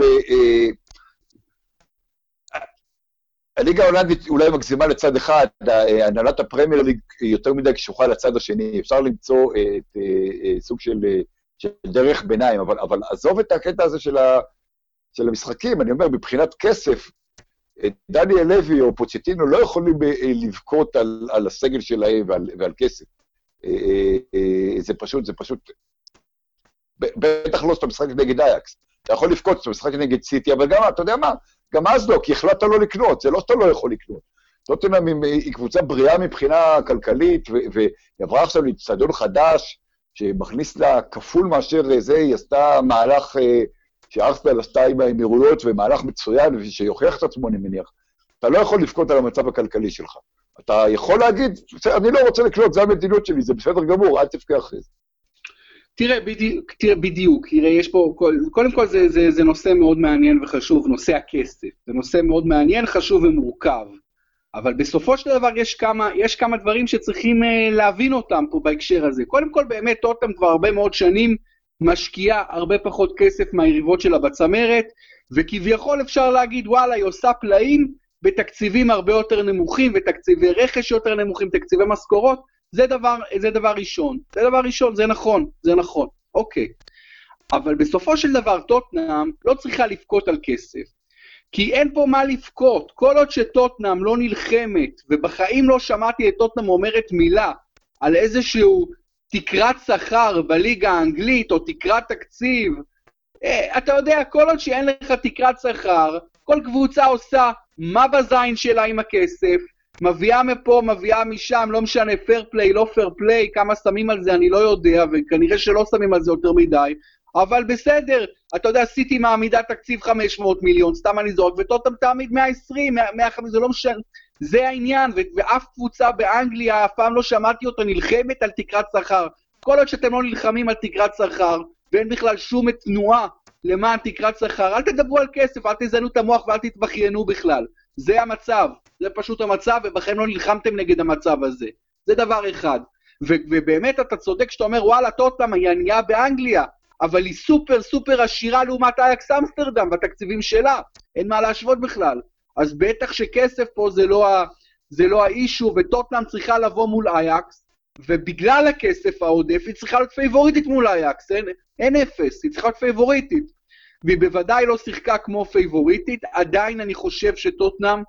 הליגה ההולנדית אולי מגזימה לצד אחד, הנהלת הפרמייר ליג יותר מדי קשוחה לצד השני, אפשר למצוא סוג של דרך ביניים, אבל עזוב את הקטע הזה של המשחקים, אני אומר, מבחינת כסף, דניאל לוי או פוצ'טינו לא יכולים לבכות על הסגל שלהם ועל כסף. זה פשוט, בטח לא שאתה משחק נגד אייקס, אתה יכול לבכות שאתה משחק נגד סיטי, אבל גם, אתה יודע מה, גם אז לא, כי החלטת לא לקנות, זה לא שאתה לא יכול לקנות. טוטנהאם היא קבוצה בריאה מבחינה כלכלית, והיא עברה עכשיו לאצטדיון חדש, שמכניס לה כפול מאשר זה, היא עשתה מהלך שארסנל עשתה עם האמירויות, ומהלך מצוין, שיוכיח את עצמו, אני מניח. אתה לא יכול לבכות על המצב הכלכלי שלך. אתה יכול להגיד, אני לא רוצה לקנות, זה המדיניות שלי, זה בסדר גמור, אל תבכה אחרי זה. תראה, בדיוק, יש פה, קודם כל זה נושא מאוד מעניין וחשוב, נושא הכסף, זה נושא מאוד מעניין, חשוב ומורכב, אבל בסופו של דבר יש כמה דברים שצריכים להבין אותם פה בהקשר הזה. קודם כל באמת טוטנהאם כבר הרבה מאוד שנים משקיעה הרבה פחות כסף מהיריבות שלה בצמרת, וכביכול אפשר להגיד וואלה היא עושה פלאים בתקציבים הרבה יותר נמוכים, ותקציבי רכש יותר נמוכים, תקציבי משכורות, זה דבר ראשון, זה נכון, אוקיי. אבל בסופו של דבר טוטנהאם לא צריכה לבכות על כסף, כי אין פה מה לבכות, כל עוד שטוטנהאם לא נלחמת, ובחיים לא שמעתי את טוטנהאם אומרת מילה, על איזשהו תקרת שכר בליגה האנגלית, או תקרת תקציב, אתה יודע, כל עוד שאין לך תקרת שכר, כל קבוצה עושה מה בזין שלה עם הכסף, מביאה מפה, מביאה משם, לא משנה, פייר פליי, לא פייר פליי, כמה שמים על זה אני לא יודע, וכנראה שלא שמים על זה יותר מדי, אבל בסדר, אתה יודע, סיטי מעמידה תקציב 500 מיליון, סתם אני זורק, וטוטנהאם תעמיד 120, 150, זה לא משנה, זה העניין, ואף קבוצה באנגליה, אף פעם לא שמעתי אותה נלחמת על תקרת שכר, כל עוד שאתם לא נלחמים על תקרת שכר, ואין בכלל שום תנועה למען תקרת שכר, אל תדברו על כסף, אל תזיינו את המוח ואל תתבכיינו בכלל, זה המצב, זה פשוט המצב, ובכם לא נלחמתם נגד המצב הזה, זה דבר אחד, ובאמת אתה צודק שאתה אומר, וואלה, טוטנהאם היא ענייה באנגליה, אבל היא סופר סופר עשירה לעומת אייקס אמסטרדם, והתקציבים שלה, אין מה להשוות בכלל, אז בטח שכסף פה זה לא האישו, וטוטנהאם צריכה לבוא מול אייקס, ובגלל הכסף העודף, היא צריכה להיות פייבוריטית מול אייקס, אין אפס, היא צריכה להיות פייבוריטית, והיא בוודאי לא שיחקה כמו פייבוריטית, עדיין אני חושב שטוטנהאם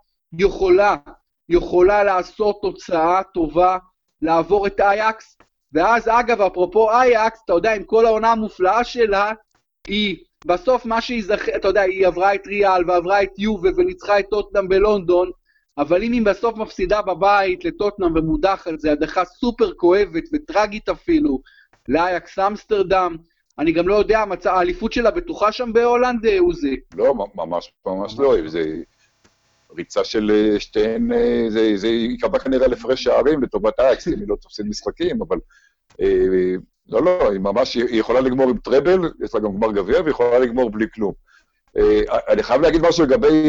יכולה לעשות תוצאה טובה, לעבור את אייקס, ואז אגב, אפרופו אייקס, אתה יודע, עם כל העונה המופלאה שלה, היא בסוף מה שהיא זכתה, אתה יודע, היא עברה את ריאל, ועברה את יובה, וניצחה את טוטנהאם בלונדון, אבל אם היא בסוף מפסידה בבית לטוטנהאם ומודחת, זה הדחה סופר כואבת וטרגית אפילו, לאייקס אמסטרדם, אני גם לא יודע, האליפות שלה בטוחה שם בהולנד, עוזי? לא, ממש לא, זה ריצה של שתיהן, זה יקבע כנראה לפרש שערים לטובת אייקס, אם היא לא תופסים משחקים, אבל לא, היא ממש, היא יכולה לגמור עם טראבל, יש לה גם גמר גביע, והיא יכולה לגמור בלי כלום. אני חייב להגיד משהו לגבי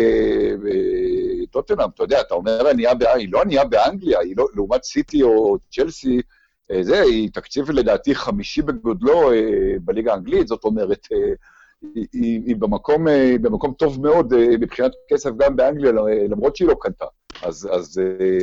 טוטנהאם, אתה יודע, אתה אומר היא לא ענייה באנגליה, היא לא, לעומת סיטי או צ'לסי, היא תקציב לדעתי 5 בגודלו בליגה האנגלית, זאת אומרת, היא במקום טוב מאוד מבחינת כסף גם באנגליה, למרות שהיא לא קנתה. אז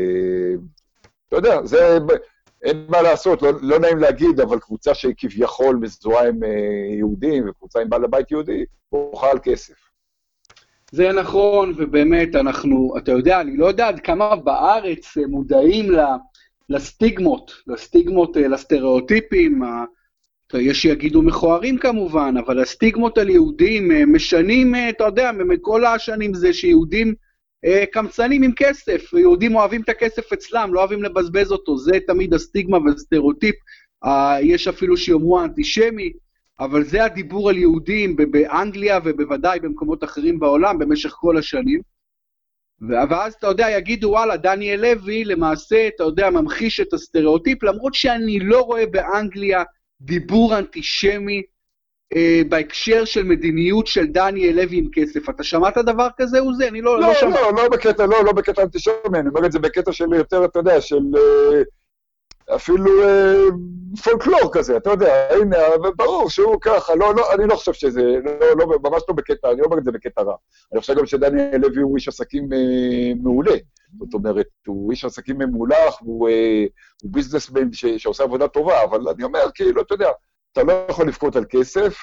אתה יודע, אין מה לעשות, לא נעים להגיד, אבל קבוצה שכביכול מזוהה עם יהודים, וקבוצה עם בעל הבית יהודי, בוכה על כסף. זה נכון, ובאמת אתה יודע, אני לא יודע עד כמה בארץ מודעים לסטיגמות, לסטריאוטיפים, יש שיגידו מכוערים כמובן, אבל הסטיגמות על יהודים משנים, אתה יודע, מכל השנים זה שיהודים קמצנים עם כסף, יהודים אוהבים את הכסף אצלם, לא אוהבים לבזבז אותו, זה תמיד הסטיגמה והסטריאוטיפ, יש אפילו שיאמרו אנטישמי, אבל זה הדיבור על יהודים באנגליה ובוודאי במקומות אחרים בעולם במשך כל השנים, ואז אתה יודע, יגידו וואלה, דניאל לוי למעשה, אתה יודע, ממחיש את הסטריאוטיפ, למרות שאני לא רואה באנגליה דיבור אנטישמי בהקשר של מדיניות של דניאל לוי עם כסף. אתה שמעת דבר כזה או זה? אני לא שמע. לא בקטע אנטישמי, אני אומר את זה בקטע של יותר, אתה יודע, של אפילו פולקלור כזה, אתה יודע, הנה, ברור שהוא ככה, אני לא חושב שזה, ממש לא בקטע, אני לא אומר את זה בקטע רע. אני חושב גם שדניאל לוי הוא איש עסקים מעולה, זאת אומרת, הוא איש עסקים ממולח, הוא ביזנסמן שעושה עבודה טובה, אבל אני אומר, כאילו, אתה יודע, אתה לא יכול לבכות על כסף,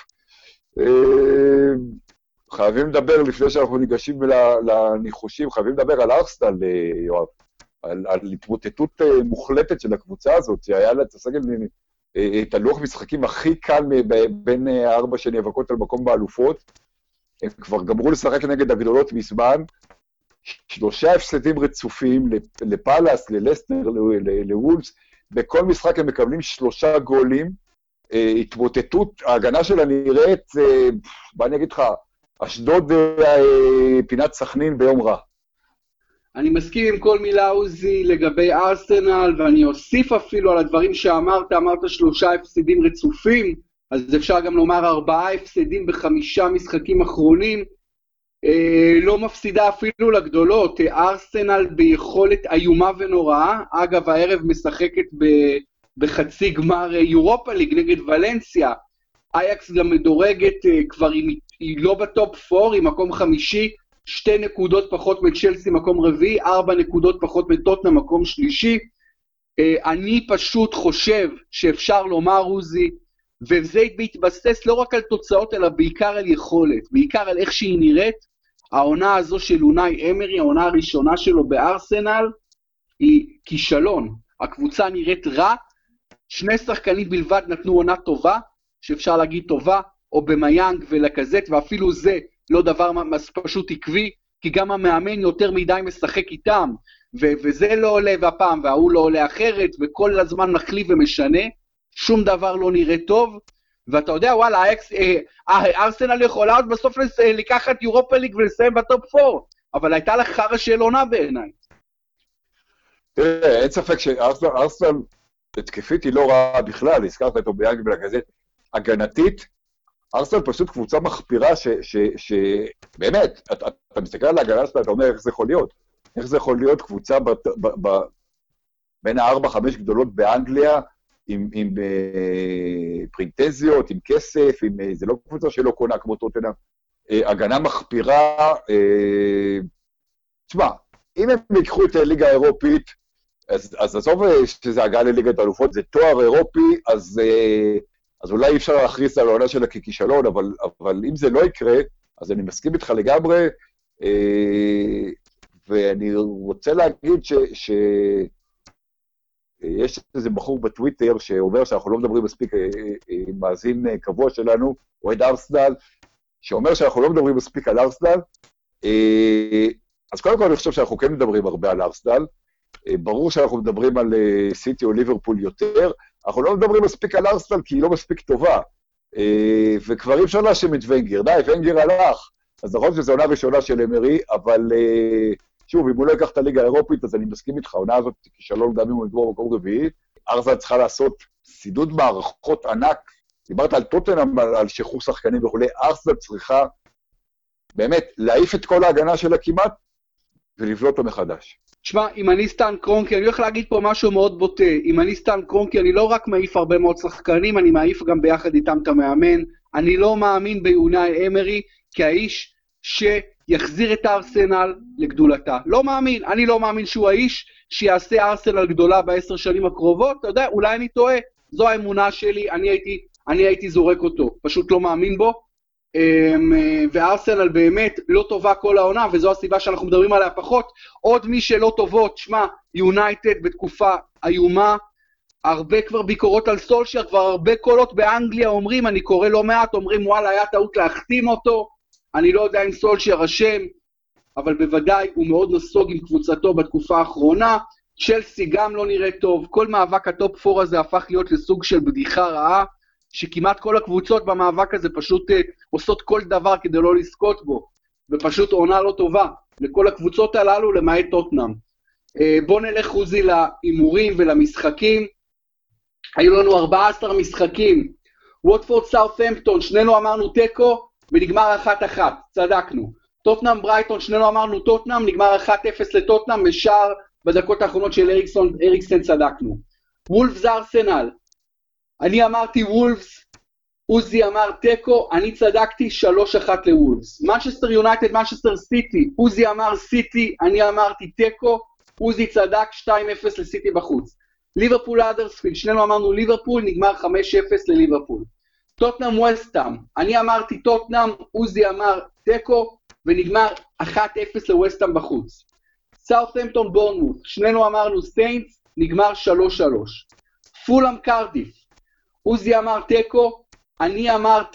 חייבים לדבר, לפני שאנחנו ניגשים לניחושים, חייבים לדבר על ארסנל, יואב. על התמוטטות מוחלטת של הקבוצה הזאת, שהיה לה את הלוח משחקים הכי קל בין 4 שנאבקות על מקום באלופות, הם כבר גמרו לשחק נגד הגדולות מזמן, 3 הפסדים רצופים לפלאס, ללסטר, לוולס, בכל משחק הם מקבלים 3 גולים, התמוטטות, ההגנה שלה נראית, מה אני אגיד לך, אשדוד פינת סכנין ביום רע. אני מסכים עם כל מילה עוזי לגבי ארסנל, ואני אוסיף אפילו על הדברים שאמרת, 3 הפסדים רצופים, אז אפשר גם לומר 4 הפסדים ב5 משחקים אחרונים, לא מפסידה אפילו לגדולות, ארסנל ביכולת איומה ונוראה, אגב הערב משחקת בחצי גמר יורופה ליג נגד ולנסיה, אייקס גם מדורגת, כבר היא לא בטופ 4, היא מקום 5, 2 נקודות פחות מצ'לסי מקום רביעי, 4 נקודות פחות מטוטנהאם מקום שלישי, אני פשוט חושב שאפשר לומר עוזי, וזה בהתבסס לא רק על תוצאות אלא בעיקר על יכולת, בעיקר על איך שהיא נראית, העונה הזו של אונאי אמרי, העונה הראשונה שלו בארסנל, היא כישלון, הקבוצה נראית רע, 2 שחקנים בלבד נתנו עונה טובה, שאפשר להגיד טובה, או במיינג ולקזט, ואפילו זה לא דבר פשוט עקבי, כי גם המאמן יותר מדי משחק איתם, וזה לא עולה והפעם, והוא לא עולה אחרת, וכל הזמן מחליף ומשנה, שום דבר לא נראה טוב, ואתה יודע, וואלה, ארסנל יכולה עוד בסוף לקחת יורופה ליג ולסיים בטופ 4, אבל הייתה לך חרא של עונה בעיניי. תראה, אין ספק שארסנל התקפית היא לא רעה בכלל, הזכרת אותו באנגליה כזה, הגנתית, ארסנל פשוט קבוצה מחפירה שבאמת, אתה מסתכל על ההגנה שלה, אתה אומר איך זה יכול להיות, איך זה יכול להיות קבוצה בין 4-5 גדולות באנגליה, עם פרינטזיות, עם כסף, זה לא קבוצה שלא קונה כמו טוטנהאם, הגנה מחפירה, תשמע, אם הם ייקחו את הליגה האירופית, אז עזוב שזה הגעה לליגת האלופות, זה תואר אירופי, אז אולי אי אפשר להכריז על העונה שלה ככישלון, אבל אם זה לא יקרה, אז אני מסכים איתך לגמרי, ואני רוצה להגיד יש איזה בחור בטוויטר שאומר שאנחנו לא מדברים מספיק, מאזין קבוע שלנו, אוהד ארסנל, שאומר שאנחנו לא מדברים מספיק על ארסנל, אז קודם כל אני חושב שאנחנו כן מדברים הרבה על ארסנל, ברור שאנחנו מדברים על סיטי או ליברפול יותר, אנחנו לא מדברים מספיק על ארסנל כי היא לא מספיק טובה, וכבר אי אפשר להאשים את ונגר, די, ונגר הלך, אז נכון שזו עונה ראשונה של אמרי, אבל שוב, אם הוא לא ייקח את הליגה האירופית, אז אני מסכים איתך, העונה הזאת כישלון גם אם הוא יגמור במקום רביעי, ארסנל צריכה לעשות סידוד מערכות ענק, דיברת על טוטנהאם, על שחרור שחקנים וכו', ארסנל צריכה באמת להעיף את כל ההגנה שלה כמעט, ולבלוט אותו מחדש. תשמע, אם אני סטן קרונקי, אני הולך להגיד פה משהו מאוד בוטה, אם אני סטן קרונקי, אני לא רק מעיף הרבה מאוד שחקנים, אני מעיף גם ביחד איתם את המאמן, אני לא מאמין ביונאי אמרי, כאיש שיחזיר את ארסנל לגדולתה. לא מאמין, אני לא מאמין שהוא האיש שיעשה ארסנל גדולה ב10 שנים הקרובות, אתה יודע, אולי אני טועה, זו האמונה שלי, אני הייתי זורק אותו, פשוט לא מאמין בו, וארסנל באמת לא טובה כל העונה, וזו הסיבה שאנחנו מדברים עליה פחות. עוד מי שלא טובות, שמה, יונייטד בתקופה איומה, הרבה כבר ביקורות על סולשייר, כבר הרבה קולות באנגליה אומרים, אני קורא לא מעט, אומרים וואלה היה טעות להחתים אותו, אני לא יודע אם סולשייר אשם, אבל בוודאי הוא מאוד נסוג עם קבוצתו בתקופה האחרונה, צ'לסי גם לא נראה טוב, כל מאבק הטופ 4 הזה הפך להיות לסוג של בדיחה רעה, שכמעט כל הקבוצות במאבק הזה פשוט עושות כל דבר כדי לא לזכות בו, ופשוט עונה לא טובה, לכל הקבוצות הללו למעט טוטנהאם. בוא נלך חוזי לאימורים ולמשחקים, היו לנו 14 משחקים, ווטפורד סאות'המפטון, שנינו אמרנו טקו, ונגמר 1-1, צדקנו. טוטנהאם ברייטון, שנינו אמרנו טוטנהאם, נגמר 1-0 לטוטנהאם, בשער בדקות האחרונות של אריקסן צדקנו. וולפס ארסנל, אני אמרתי וולפס, עוזי אמר טקו, אני צדקתי 3-1 לוולפס. מנצ'סטר יונייטד, מנצ'סטר סיטי, עוזי אמר סיטי, אני אמרתי טקו, עוזי צדק 2-0 לסיטי בחוץ. ליברפול אדרספילד, שנינו אמרנו ליברפול, נגמר 5-0 לליברפול. טוטנהאם ווסטהאם, אני אמרתי טוטנהאם, עוזי אמר טקו, ונגמר 1-0 לווסטהאם בחוץ. סאות'המפטון בורנמות', שנינו אמרנו סיינטס, נגמר 3-3. פולהאם קרדיף, עוזי אמר טקו, אני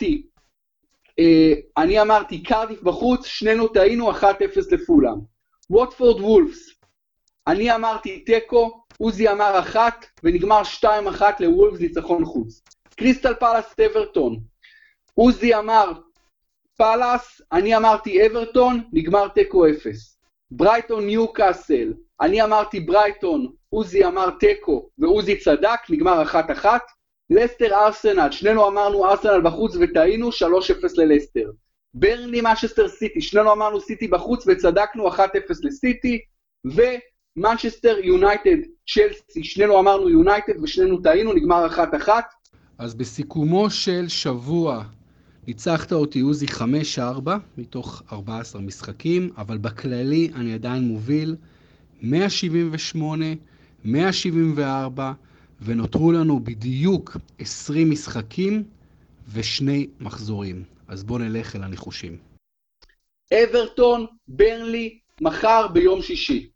אמרתי קרדיף בחוץ, שנינו טעינו 1-0 לפולהאם. ווטפורד וולפס, אני אמרתי טקו, עוזי אמר 1 ונגמר 2-1 לוולפס ניצחון חוץ. קריסטל פלאס אברטון, עוזי אמר פלאס, אני אמרתי אברטון, נגמר טקו 0. ברייטון ניוקאסל, אני אמרתי ברייטון, עוזי אמר טקו ועוזי צדק, נגמר 1-1. לסטר ארסנל, שנינו אמרנו ארסנל בחוץ וטעינו 3-0 ללסטר. ברנלי מנצ'סטר סיטי, שנינו אמרנו סיטי בחוץ וצדקנו 1-0 לסיטי. ומנצ'סטר יונייטד צ'לסי, שנינו אמרנו יונייטד ושנינו טעינו, נגמר 1-1. אז בסיכומו של שבוע ניצחת אותי עוזי 5-4 מתוך 14 משחקים, אבל בכללי אני עדיין מוביל 178, 174, ונותרו לנו בדיוק 20 משחקים ושני מחזורים. אז בוא נלך אל הניחושים. אברטון, ברנלי, מחר ביום שישי.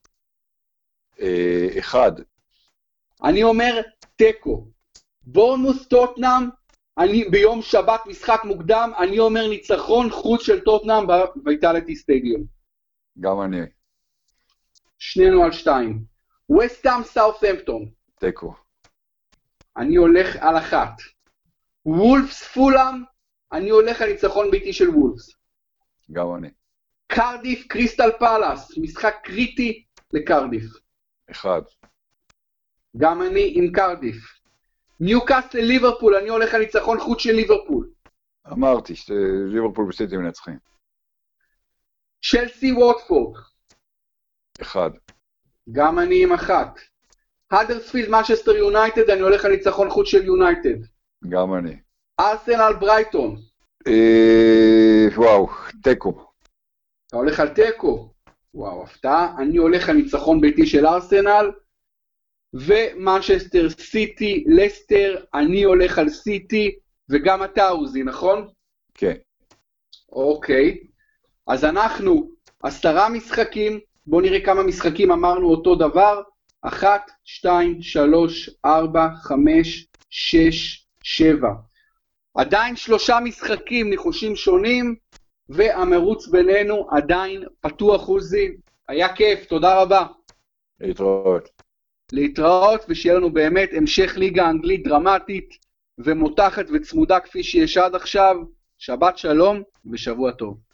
1. אני אומר טקו. בורנמות' טוטנהאם, אני ביום שבת משחק מוקדם, אני אומר ניצחון חוץ של טוטנהאם בוויטליטי סטדיום. גם אני. שנינו על 2. וסטהאם סאות'המפטון. תיקו. אני הולך על 1. וולפס פולאם, אני הולך על ניצחון ביתי של וולפס. גם אני. קרדיף קריסטל פלאס, משחק קריטי לקרדיף. 1. גם אני עם קרדיף. ניוקאסל ליברפול, אני הולך על ניצחון חוץ של ליברפול. אמרתי שליברפול וסיטי מנצחים. צ'לסי ווטפורד. 1. גם אני עם 1. האדרספילד מנצ'סטר יונייטד, אני הולך על ניצחון חוץ של יונייטד. גם אני. ארסנל ברייטון. וואו, תיקו. אתה הולך על תיקו. וואו, הפתעה. אני הולך על ניצחון ביתי של ארסנל. ומנצ'סטר סיטי, לסטר, אני הולך על סיטי, וגם אתה עוזי, נכון? כן. אוקיי. אז אנחנו 10 משחקים, בואו נראה כמה משחקים אמרנו אותו דבר. 1, 2, 3, 4, 5, 6, 7. עדיין 3 משחקים ניחושים שונים, והמרוץ בינינו עדיין פתוח עוזי. היה כיף, תודה רבה. להתראות. להתראות, ושיהיה לנו באמת המשך ליגה אנגלית דרמטית ומותחת וצמודה כפי שיש עד עכשיו. שבת שלום ושבוע טוב.